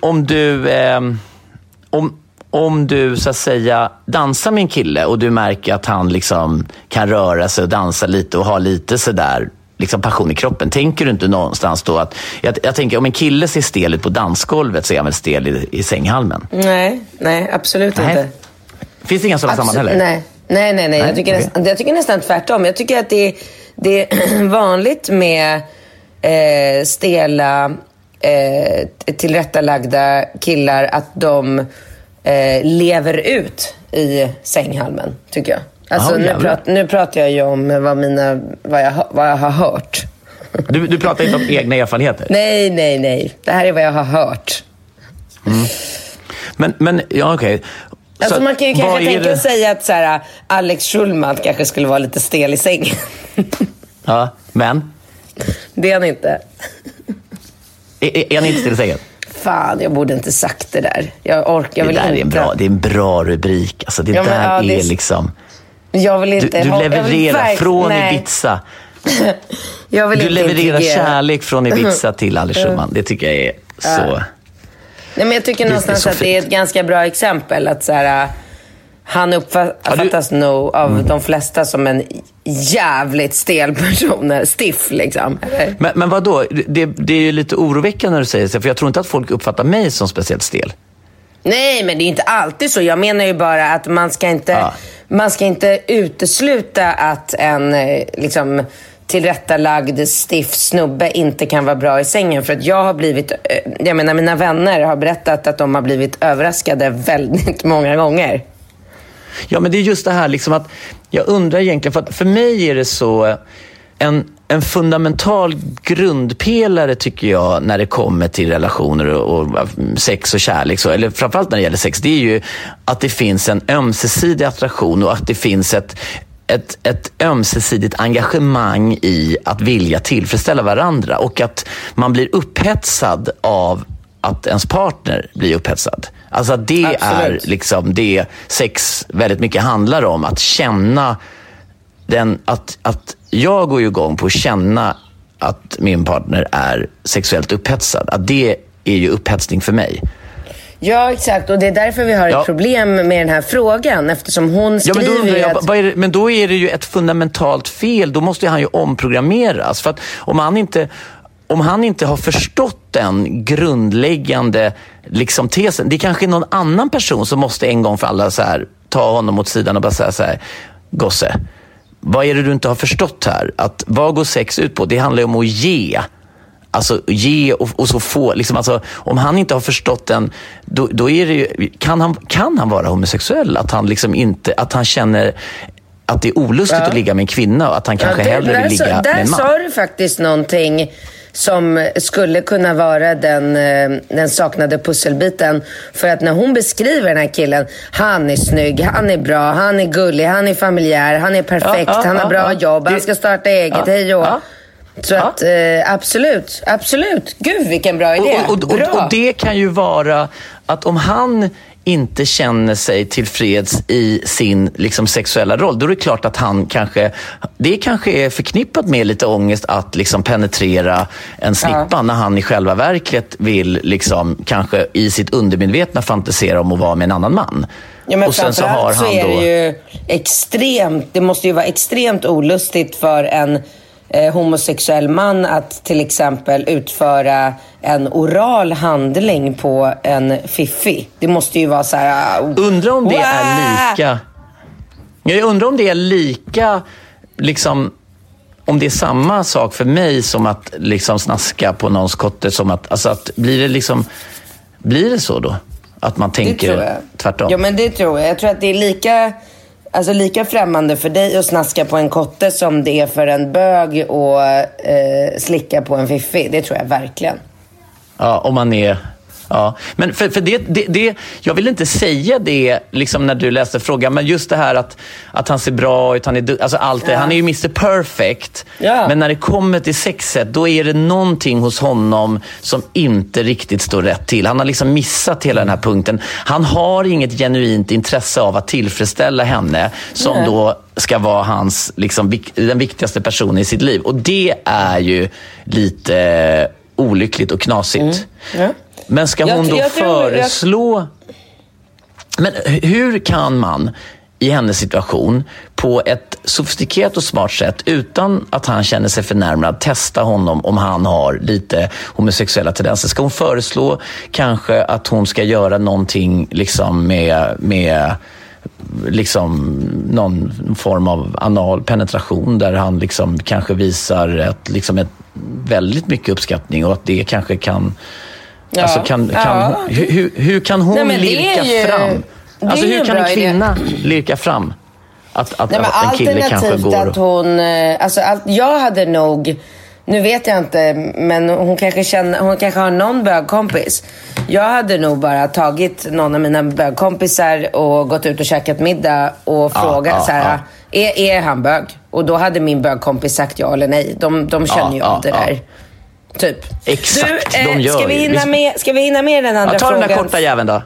Om du så att säga dansar med en kille och du märker att han kan röra sig och dansa lite och ha lite sådär passion i kroppen. Tänker du inte någonstans då att... Jag tänker, om en kille ser stel ut på dansgolvet så är han väl stel i sänghalmen? Nej, absolut inte. Finns det inga sådana samman heller? Nej. Jag tycker nästan tvärtom. Jag tycker att det är vanligt med stela, tillrättalagda killar att de lever ut i sänghalmen, tycker jag. Alltså, nu pratar jag ju om vad jag har hört. Du pratar inte om egna erfarenheter? Nej. Det här är vad jag har hört. Men ja, okej. Alltså man kan ju kanske tänka sig att så här, Alex Schulman kanske skulle vara lite stel i sängen. Ja, men? Det är han inte. Är han inte stel i sängen? Fan, jag borde inte sagt det där. Jag vill inte. Det är en bra rubrik. Alltså det är liksom... Jag vill inte... Du levererar från Ibiza. Du levererar kärlek från Ibiza till Alex Schulman. Det tycker jag är så... Nej, men jag tycker någonstans att det är ett ganska bra exempel att så här, han uppfattas nog av de flesta som en jävligt stel person, stiff liksom. Men vadå? Det är ju lite oroväckande när du säger så, för jag tror inte att folk uppfattar mig som speciellt stel. Nej, men det är inte alltid så. Jag menar ju bara att man ska inte utesluta att en tillrättalagd stiff snubbe inte kan vara bra i sängen. För att mina vänner har berättat att de har blivit överraskade väldigt många gånger. Ja, men det är just det här att jag undrar egentligen, för mig är det så en fundamental grundpelare tycker jag när det kommer till relationer och sex och kärlek, eller framförallt när det gäller sex, det är ju att det finns en ömsesidig attraktion och att det finns ett ömsesidigt engagemang i att vilja tillfredsställa varandra och att man blir upphetsad av att ens partner blir upphetsad. Alltså det Absolut. Är det sex väldigt mycket handlar om, att känna att jag går ju igång på att känna att min partner är sexuellt upphetsad. Att det är ju upphetsning för mig. Ja, exakt. Och det är därför vi har ett problem med den här frågan. Eftersom hon skriver men då är det ju ett fundamentalt fel. Då måste han ju omprogrammeras. För att om han inte har förstått den grundläggande liksom, tesen. Det är kanske någon annan person som måste en gång för alla så här, ta honom åt sidan och bara säga så här: Gosse, vad är det du inte har förstått här? Att vad går sex ut på? Det handlar ju om att ge. Alltså ge och så få. Liksom, alltså, om han inte har förstått den, då är det ju, kan han vara homosexuell? Att han liksom inte, att han känner att det är olustigt att ligga med en kvinna och att han kanske hellre vill ligga med en man. Där sa du faktiskt någonting som skulle kunna vara den saknade pusselbiten. För att när hon beskriver den här killen, han är snygg, han är bra, han är gullig, han är familjär, han är perfekt, han har bra jobb, han ska starta eget, hej och så att absolut. Gud, vilken bra idé. Och det kan ju vara att om han inte känner sig tillfreds i sin liksom, sexuella roll, då är det klart att han kanske är förknippat med lite ångest att liksom, penetrera en snippa när han i själva verket vill liksom, kanske i sitt undermedvetna fantisera om att vara med en annan man. Ja, men och sen så har han är det ju det måste ju vara extremt olustigt för en homosexuell man att till exempel utföra en oral handling på en fiffi. Det måste ju vara så här. Undrar om det är lika. Jag undrar om det är lika liksom, om det är samma sak för mig som att liksom snaska på någons kotte, som att, alltså att blir det så då? Att man tänker tvärtom? Ja, men det tror jag. Jag tror att det är lika främmande för dig att snaska på en kotte som det är för en bög och slicka på en fiffi. Det tror jag verkligen. Ja, om man är... Ja, men för det jag vill inte säga det liksom när du läste frågan, men just det här att han ser bra ut, han är alltså allt det, han är ju Mr. Perfect. Ja. Men när det kommer till sexet, då är det någonting hos honom som inte riktigt står rätt till. Han har liksom missat hela den här punkten. Han har inget genuint intresse av att tillfredsställa henne som då ska vara hans liksom den viktigaste personen i sitt liv. Och det är ju lite olyckligt och knasigt. Men ska hon då föreslå... Men hur kan man i hennes situation på ett sofistikerat och smart sätt, utan att han känner sig förnärmad, testa honom om han har lite homosexuella tendenser? Ska hon föreslå kanske att hon ska göra någonting liksom med liksom någon form av anal penetration där han liksom kanske visar ett väldigt mycket uppskattning, och att det kanske kan... Alltså hur kan hon lirka fram? Alltså hur kan en kvinna lirka fram att en kille kanske går att hon, jag hade nog, nu vet jag inte, men hon kanske har någon bögkompis. Jag hade nog bara tagit någon av mina bögkompisar och gått ut och käkat middag och frågat är han bög? Och då hade min bögkompis sagt ja eller nej. De känner ju av det där. Typ. Exakt, de gör. Ska vi hinna med den andra frågan? Ta den där korta jäveln då.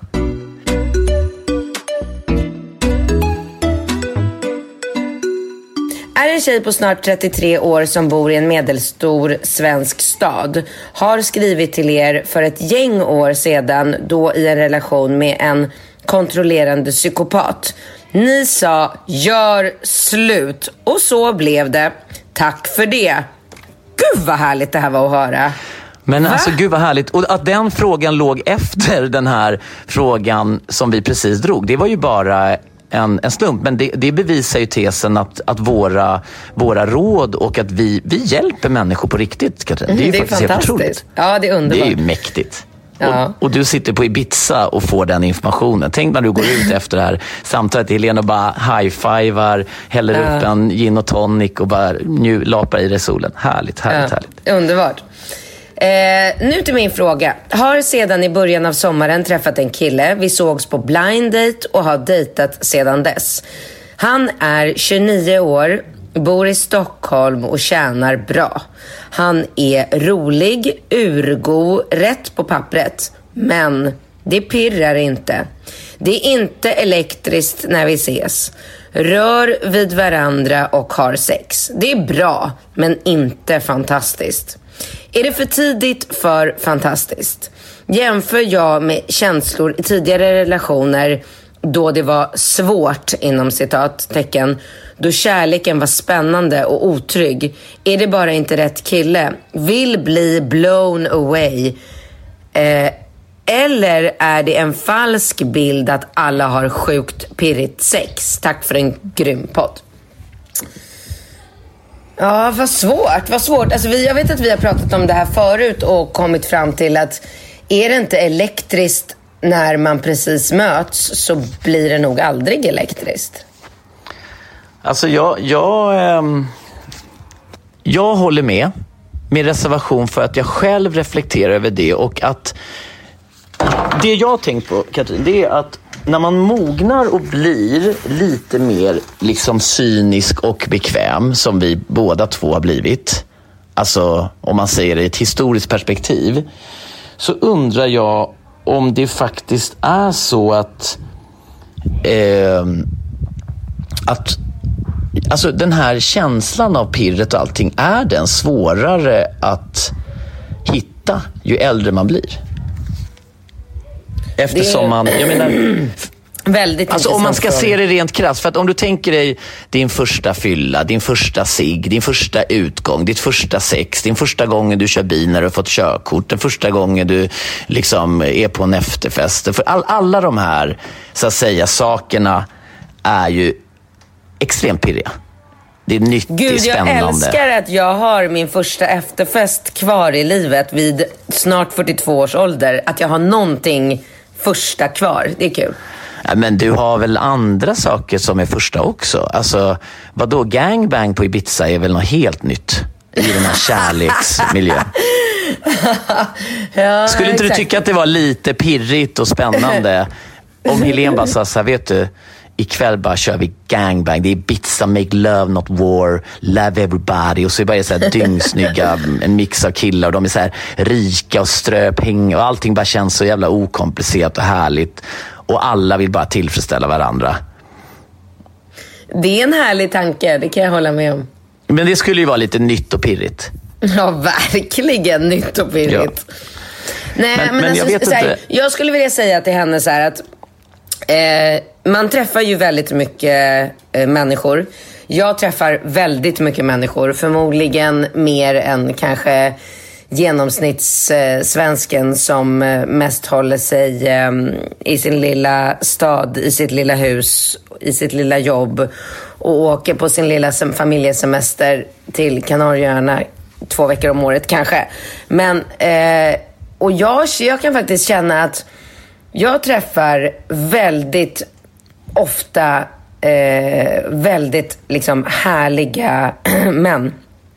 Är en tjej på snart 33 år som bor i en medelstor svensk stad. Har skrivit till er för ett gäng år sedan, då i en relation med en kontrollerande psykopat. Ni sa gör slut, och så blev det. Tack för det. Gud vad härligt det här var att höra. Men alltså gud vad härligt. Och att den frågan låg efter den här frågan som vi precis drog, det var ju bara en slump. Men det bevisar ju tesen att våra råd och att vi hjälper människor på riktigt, Katrin. Det är ju faktiskt helt otroligt. Ja, det är underbart. Det är ju mäktigt. Ja. Och du sitter på Ibiza och får den informationen. Tänk när du går ut efter det här samtalet, Helena, och bara high-fivar, häller upp en gin och tonic och bara lapar i det solen. Härligt. Underbart. Nu till min fråga. Har sedan i början av sommaren träffat en kille. Vi sågs på blind date och har dejtat sedan dess. Han är 29 år, bor i Stockholm och tjänar bra. Han är rolig, urgo, rätt på pappret. Men det pirrar inte. Det är inte elektriskt när vi ses. Rör vid varandra och har sex. Det är bra, men inte fantastiskt. Är det för tidigt för fantastiskt? Jämför jag med känslor i tidigare relationer då det var svårt, inom citattecken, då kärleken var spännande och otrygg. Är det bara inte rätt kille? Vill bli blown away? Eller är det en falsk bild att alla har sjukt pirrigt sex? Tack för en grym podd. Ja, vad svårt. Alltså jag vet att vi har pratat om det här förut och kommit fram till att är det inte elektriskt när man precis möts, så blir det nog aldrig elektriskt. Alltså jag håller med reservation för att jag själv reflekterar över det, och att det jag har tänkt på, Katrin, det är att när man mognar och blir lite mer liksom cynisk och bekväm, som vi båda två har blivit, alltså om man säger det i ett historiskt perspektiv, så undrar jag om det faktiskt är så att alltså den här känslan av pirret och allting, är den svårare att hitta ju äldre man blir? Eftersom man, jag menar, väldigt, alltså om man ska se det rent krasst, för att om du tänker dig din första fylla, din första cigg, din första utgång, ditt första sex, din första gången du kör bil när du har fått körkort, den första gången du liksom är på en efterfest, för alla de här, så att säga, sakerna är ju extremt pirriga. Det är nyttigt, Gud, spännande. Jag älskar att jag har min första efterfest kvar i livet vid snart 42 års ålder. Att jag har någonting första kvar. Det är kul. Ja, men du har väl andra saker som är första också? Alltså, vadå, gangbang på Ibiza är väl något helt nytt i den här kärleksmiljön? Ja, skulle inte exakt. du tycka att det var lite pirrigt och spännande om Helene bara sa så här, vet du, ikväll bara kör vi gangbang. Det är Ibiza, make love not war, love everybody. Och så är det bara så här dyngsnygga, en mix av killar. Och de är så här rika och ströpengar. Och allting bara känns så jävla okomplicerat och härligt. Och alla vill bara tillfredsställa varandra. Det är en härlig tanke, det kan jag hålla med om. Men det skulle ju vara lite nytt och pirrigt. Ja, verkligen nytt och pirrigt. Ja. Nej, men alltså, jag vet inte. Jag skulle vilja säga till henne så här att man träffar ju väldigt mycket människor. Jag träffar väldigt mycket människor. Förmodligen mer än kanske genomsnittssvensken som mest håller sig i sin lilla stad, i sitt lilla hus, i sitt lilla jobb och åker på sin lilla familjesemester till Kanarieöarna 2 veckor om året kanske. Men och jag kan faktiskt känna att jag träffar väldigt ofta väldigt liksom härliga män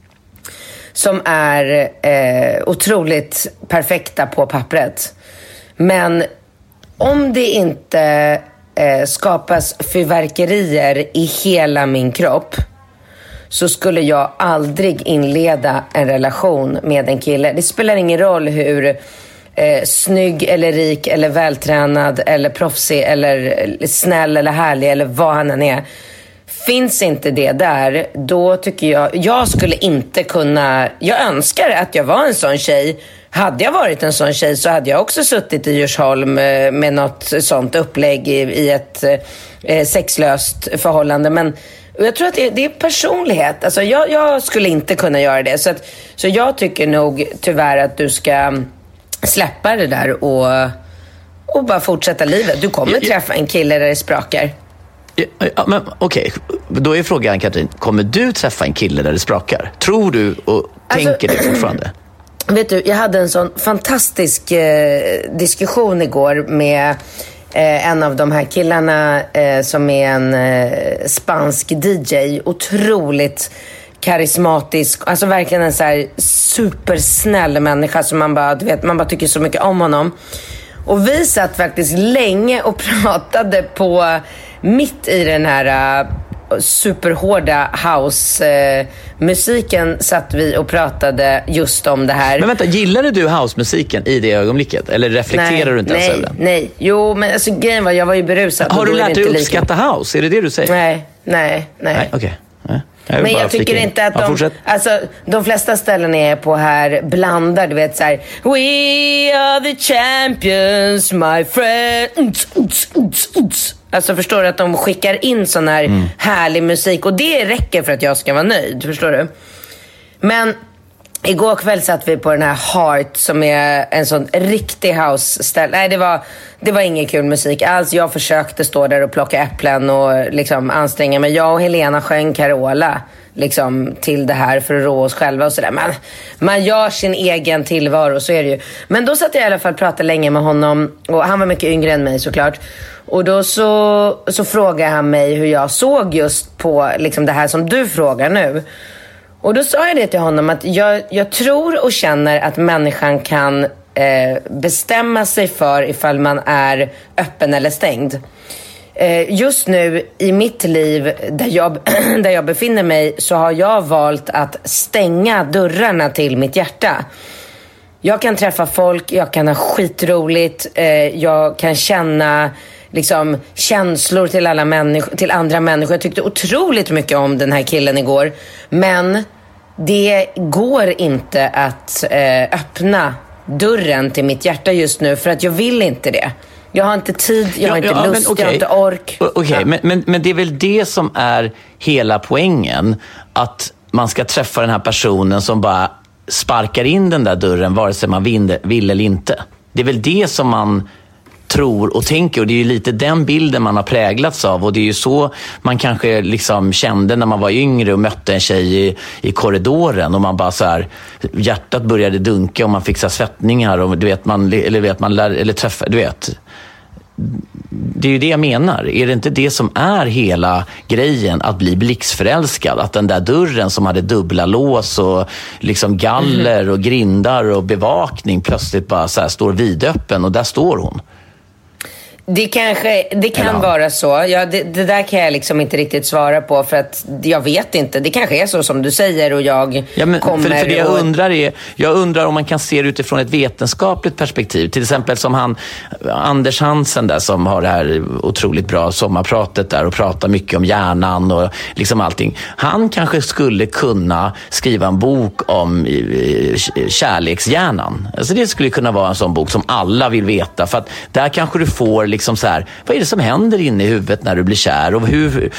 som är otroligt perfekta på pappret. Men om det inte skapas fyrverkerier i hela min kropp, så skulle jag aldrig inleda en relation med en kille. Det spelar ingen roll hur snygg eller rik eller vältränad eller proffsig eller snäll eller härlig eller vad han än är. Finns inte det där, då tycker jag skulle inte kunna. Jag önskar att jag var en sån tjej. Hade jag varit en sån tjej så hade jag också suttit i Djursholm med något sånt upplägg i ett sexlöst förhållande. Men jag tror att det är personlighet. Alltså jag skulle inte kunna göra det. Så jag tycker nog tyvärr att du ska släppa det där och bara fortsätta livet. Du kommer träffa en kille där det sprakar. Ja, men okej, då är frågan, Katrin, kommer du träffa en kille där det sprakar? Tror du och tänker det fortfarande? Vet du, jag hade en sån fantastisk diskussion igår med en av de här killarna som är en spansk DJ. Otroligt karismatisk, alltså verkligen en så här supersnäll människa som man bara tycker så mycket om honom. Och vi satt faktiskt länge och pratade på mitt i den här superhårda house-musiken satt vi och pratade just om det här. Men vänta, gillade du house-musiken i det ögonblicket? Eller reflekterar du inte ens över den? Nej, jo, men alltså grejen var, jag var ju berusad. Har du lärt dig uppskatta house? Är det det du säger? Nej. Okej. Men jag tycker inte att de flesta ställen är på här blandar, du vet så här: We are the champions, my friends. Alltså förstår du att de skickar in sån här härlig musik, och det räcker för att jag ska vara nöjd, förstår du? Men igår kväll satt vi på den här Heart, som är en sån riktig house-ställe. Nej, det var ingen kul musik alls. Jag försökte stå där och plocka äpplen och liksom anstränga mig. Jag och Helena sjöng Carola liksom till det här för att rå oss själva och sådär. Men man gör sin egen tillvaro, så är det ju. Men då satt jag i alla fall och pratade länge med honom, och han var mycket yngre än mig såklart. Och då så frågade han mig hur jag såg just på liksom det här som du frågar nu. Och då sa jag det till honom, att jag tror och känner att människan kan bestämma sig för ifall man är öppen eller stängd. Just nu i mitt liv där jag befinner mig, så har jag valt att stänga dörrarna till mitt hjärta. Jag kan träffa folk, jag kan ha skitroligt, jag kan känna liksom känslor till alla människor, till andra människor. Jag tyckte otroligt mycket om den här killen igår, men det går inte att öppna dörren till mitt hjärta just nu, för att jag vill inte det. Jag har inte tid, jag har inte lust, jag har inte ork. Okej, men det är väl det som är hela poängen, att man ska träffa den här personen som bara sparkar in den där dörren vare sig man vill eller inte. Det är väl det som man tror och tänker, och det är ju lite den bilden man har präglats av, och det är ju så man kanske liksom kände när man var yngre och mötte en tjej i korridoren, och man bara så här, hjärtat började dunka och man fick så här svettningar, och du vet eller träffa, du vet. Det är ju det jag menar. Är det inte det som är hela grejen, att bli blixtförälskad? Att den där dörren som hade dubbla lås och liksom galler och grindar och bevakning plötsligt bara så här står vidöppen, och där står hon. Det kan vara så. Ja, det där kan jag liksom inte riktigt svara på, för att jag vet inte. Det kanske är så som du säger, och jag kommer... För det jag undrar om man kan se det utifrån ett vetenskapligt perspektiv. Till exempel som Anders Hansen där, som har det här otroligt bra sommarpratet där och pratar mycket om hjärnan och liksom allting. Han kanske skulle kunna skriva en bok om kärlekshjärnan. Alltså det skulle kunna vara en sån bok som alla vill veta, för att där kanske du får liksom så här, vad är det som händer inne i huvudet när du blir kär, och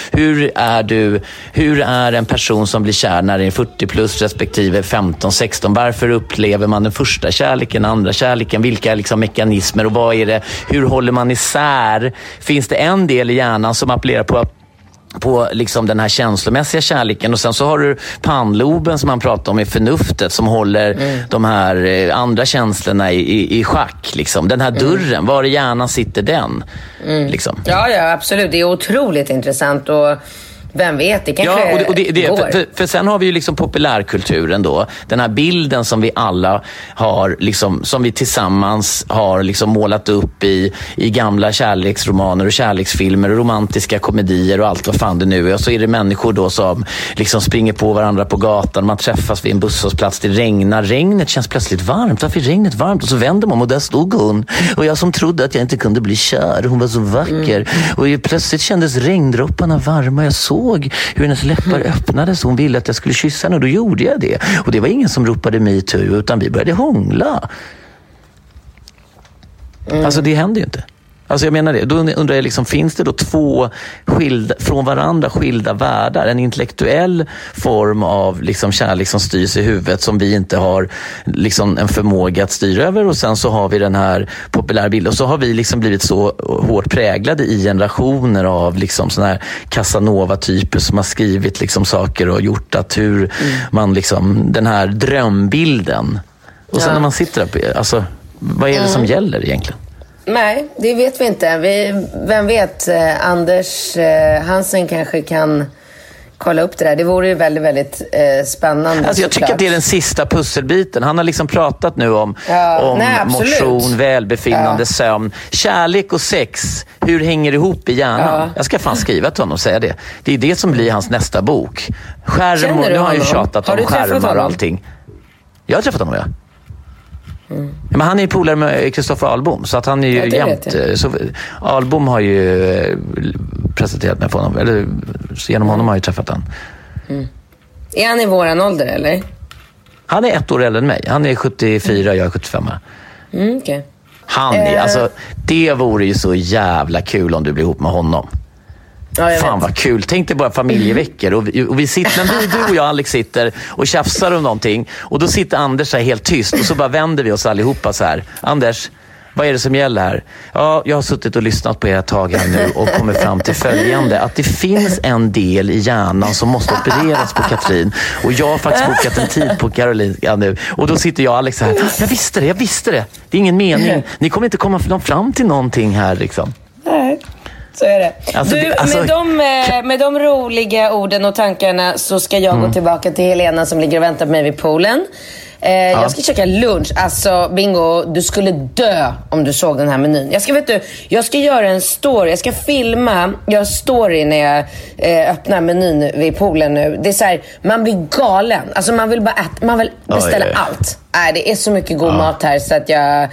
hur är en person som blir kär när det är 40 plus respektive 15-16, varför upplever man den första kärleken, andra kärleken, vilka liksom mekanismer, och vad är det, hur håller man isär, finns det en del i hjärnan som appellerar på liksom den här känslomässiga kärleken, och sen så har du pannloben som man pratar om i förnuftet, som håller de här andra känslorna i schack liksom. Den här dörren, var i hjärnan sitter den liksom. Ja, absolut, det är otroligt intressant, och vem vet, det kanske går. För sen har vi ju liksom populärkulturen då, den här bilden som vi alla har liksom, som vi tillsammans har liksom målat upp i gamla kärleksromaner och kärleksfilmer och romantiska komedier och allt vad fan det nu är. Och så är det människor då som liksom springer på varandra på gatan, man träffas vid en busshållplats, det regnar, regnet känns plötsligt varmt, varför är regnet varmt? Och så vänder man och där stod hon, och jag som trodde att jag inte kunde bli kär, hon var så vacker, och plötsligt kändes regndropparna varma, jag såg hur hennes läppar öppnades, hon ville att jag skulle kyssa henne, och då gjorde jag det. Och det var ingen som ropade me too, utan vi började hångla. Alltså det händer ju inte. Alltså jag menar det. Då undrar jag liksom, finns det då två från varandra skilda världar? En intellektuell form av liksom kärlek som styrs i huvudet, som vi inte har liksom en förmåga att styra över, och sen så har vi den här populära bilden, och så har vi liksom blivit så hårt präglade i generationer av liksom såna här Casanova-typer som har skrivit liksom saker och gjort att hur man liksom, den här drömbilden, och sen när man sitter där, alltså vad är det som gäller egentligen? Nej, det vet vi inte. Vem vet, Anders Hansen kanske kan kolla upp det där. Det vore ju väldigt, väldigt spännande. Alltså jag tycker att det är den sista pusselbiten. Han har liksom pratat nu om motion, välbefinnande, sömn, kärlek och sex. Hur hänger det ihop i hjärnan? Ja. Jag ska fan skriva till honom och säga det. Det är det som blir hans nästa bok. Skärmar, nu har han ju tjatat om skärmar och allting. Jag har träffat honom, ja. Men han är ju polare med Kristoffer Ahlbom, så att han är ju jämt. Så Ahlbom har ju presenterat mig för honom, eller genom honom har jag ju träffat han. Är han i våran ålder eller? Han är 1 år äldre än mig. Han är 74, jag är 75. Okay. Han är, alltså, det vore ju så jävla kul om du blir ihop med honom. Ja, fan vad kul. Tänk dig bara familjeveckor och vi sitter, när du och jag Alex sitter och tjafsar om någonting och då sitter Anders så här helt tyst och så bara vänder vi oss allihopa så här. Anders, vad är det som gäller här? Ja, jag har suttit och lyssnat på er ett tag här nu och kommit fram till följande. Att det finns en del i hjärnan som måste opereras på Katrin. Och jag har faktiskt bokat en tid på Karolinska nu. Och då sitter jag och Alex här. Jag visste det. Det är ingen mening. Ni kommer inte komma fram till någonting här liksom. Nej. Så är det. Alltså, med de roliga orden och tankarna så ska jag gå tillbaka till Helena som ligger och väntar på mig vid poolen. Jag ska käka lunch. Alltså, Bingo, du skulle dö om du såg den här menyn. Jag ska göra en story. Jag ska filma, göra story när jag öppnar menyn vid poolen nu. Det är så här, man blir galen. Alltså, man vill bara äta, man vill beställa allt. Det är så mycket god mat här så att jag...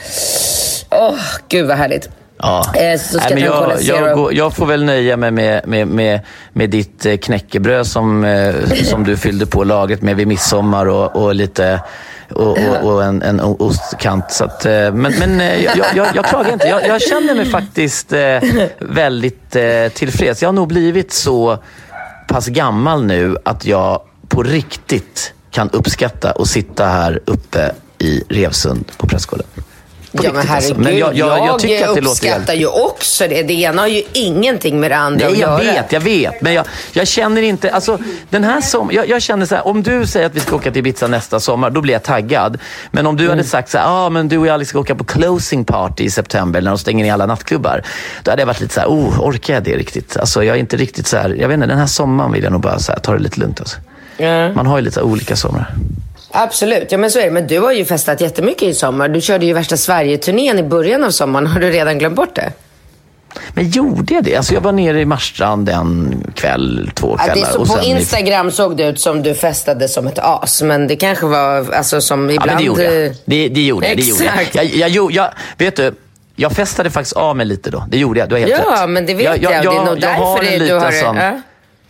gud vad härligt. Ja. Så ska jag får väl nöja mig med ditt knäckebröd som du fyllde på lagret med vid midsommar och lite och en ostkant så att, men jag klagar inte. Jag känner mig faktiskt väldigt tillfreds. Jag har nog blivit så pass gammal nu att jag på riktigt kan uppskatta och sitta här uppe i Revsund på Prästgården. Ja, men herregud, alltså. Men jag tycker att det uppskattar ju också det. Det ena har ju ingenting med det andra att göra. Jag vet. Men jag känner inte... Alltså, den här jag känner så här, om du säger att vi ska åka till Ibiza nästa sommar, då blir jag taggad. Men om du hade sagt så här, men du och jag ska åka på closing party i september när de stänger ner alla nattklubbar. Då hade jag varit lite så här, orkar jag det riktigt? Alltså, jag är inte riktigt så här... Jag vet inte, den här sommaren vill jag nog bara så här, ta det lite lugnt. Alltså. Man har ju lite olika somrar. Absolut, ja men så är det. Men du har ju festat jättemycket i sommar. Du körde ju värsta Sverige-turnén i början av sommaren. Har du redan glömt bort det? Men gjorde jag det? Alltså jag var nere i Marstrand en kväll, 2 kvällar. Och på Instagram såg det ut som du festade som ett as. Men det kanske var alltså som ibland... Ja, men det gjorde jag. Vet du, jag festade faktiskt av mig lite då. Det gjorde jag, du har helt rätt. Ja, men det vet jag. Det är nog därför du har det.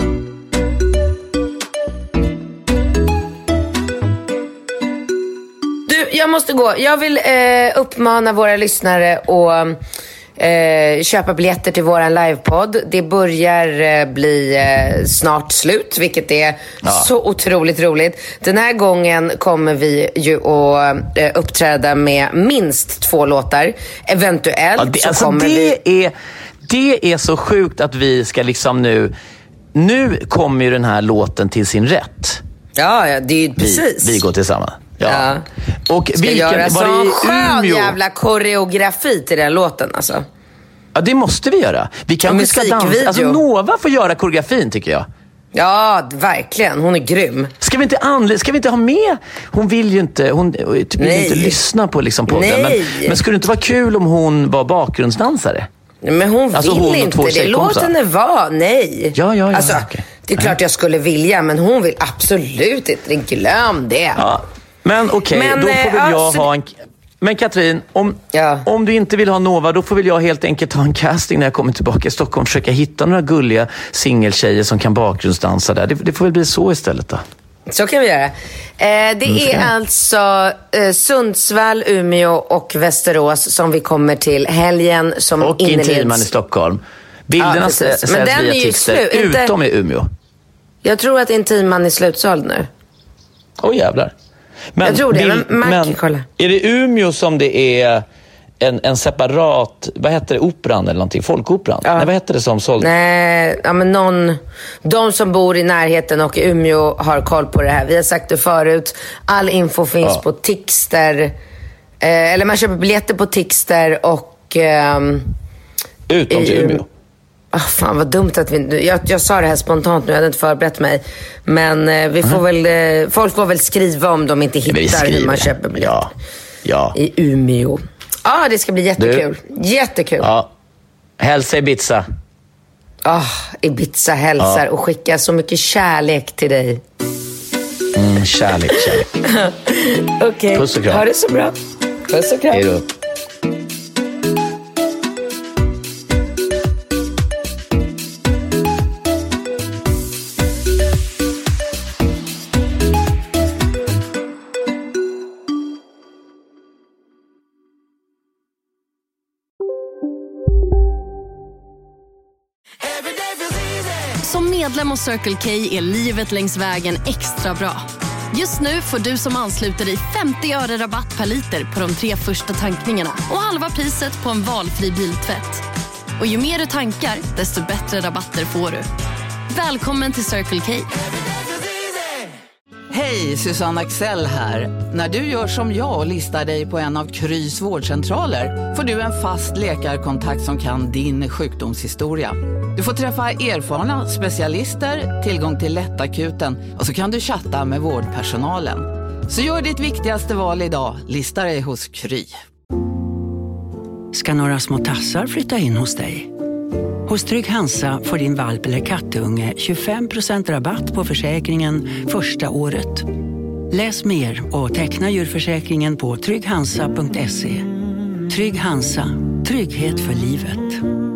Jag måste gå. Jag vill uppmana våra lyssnare att köpa biljetter till våran livepodd. Det börjar bli snart slut, vilket är så otroligt roligt. Den här gången kommer vi ju att uppträda med minst 2 låtar. Eventuellt så kommer det är så sjukt att vi ska liksom nu kommer ju den här låten till sin rätt. Ja, det är ju precis. Vi går tillsammans. Ja. Och ska göra sån skön jävla koreografi till den låten alltså. Ja, det måste vi göra. Vi kanske ska dansa. Alltså Nova får göra koreografin tycker jag. Ja, verkligen. Hon är grym. Ska vi inte ha med? Hon vill ju inte vill inte lyssna på liksom på den. Men skulle det inte vara kul om hon var bakgrundsdansare? Men hon vill inte det. Låt henne vara. Nej. Ja. Alltså, okay. Det är klart jag skulle vilja, men hon vill absolut inte. Glöm det. Ja. Men okej, då får väl jag ha en... Men Katrin, om du inte vill ha Nova, då får väl jag helt enkelt ha en casting när jag kommer tillbaka i Stockholm. Försöka hitta några gulliga singeltjejer som kan bakgrundsdansa där. Det får väl bli så istället då. Så kan vi göra. Det är alltså Sundsvall, Umeå och Västerås som vi kommer till helgen som och inleds. Och Intiman i Stockholm. Bilderna sätts via Twitter, utom i Umeå. Jag tror att Intiman är slutsåld nu. Jävlar. Men, jag tror det, men kolla. Är det Umeå som det är en separat, vad heter det, operan eller någonting, folkoperan? Nej, vad heter det som såld? Nej, men de som bor i närheten och i Umeå har koll på det här. Vi har sagt det förut, all info finns på Tixter, eller man köper biljetter på Tixter och... utom till Umeå. Fan vad dumt att jag sa det här spontant nu, jag hade inte förberett mig. Men vi får väl, folk får väl skriva om de inte hittar hur man köper biljetter. Ja. I Umeå. Det ska bli jättekul. Jättekul. Ja. Hälsa Ibiza. Ibiza hälsar och skickar så mycket kärlek till dig. Kärlek. Okej. Puss och kram. Ha det så bra. Puss och kram. Hej då. Som medlem hos Circle K är livet längs vägen extra bra. Just nu får du som ansluter dig 50 öre rabatt per liter på de 3 första tankningarna och halva priset på en valfri biltvätt. Och ju mer du tankar, desto bättre rabatter får du. Välkommen till Circle K. Hej, Susanne Axel här. När du gör som jag och listar dig på en av Krys vårdcentraler får du en fast läkarkontakt som kan din sjukdomshistoria. Du får träffa erfarna specialister, tillgång till lättakuten och så kan du chatta med vårdpersonalen. Så gör ditt viktigaste val idag, lista dig hos Kry. Ska några små tassar flytta in hos dig? Hos Trygg Hansa får din valp eller kattunge 25% rabatt på försäkringen första året. Läs mer och teckna djurförsäkringen på trygghansa.se. Trygg Hansa, trygghet för livet.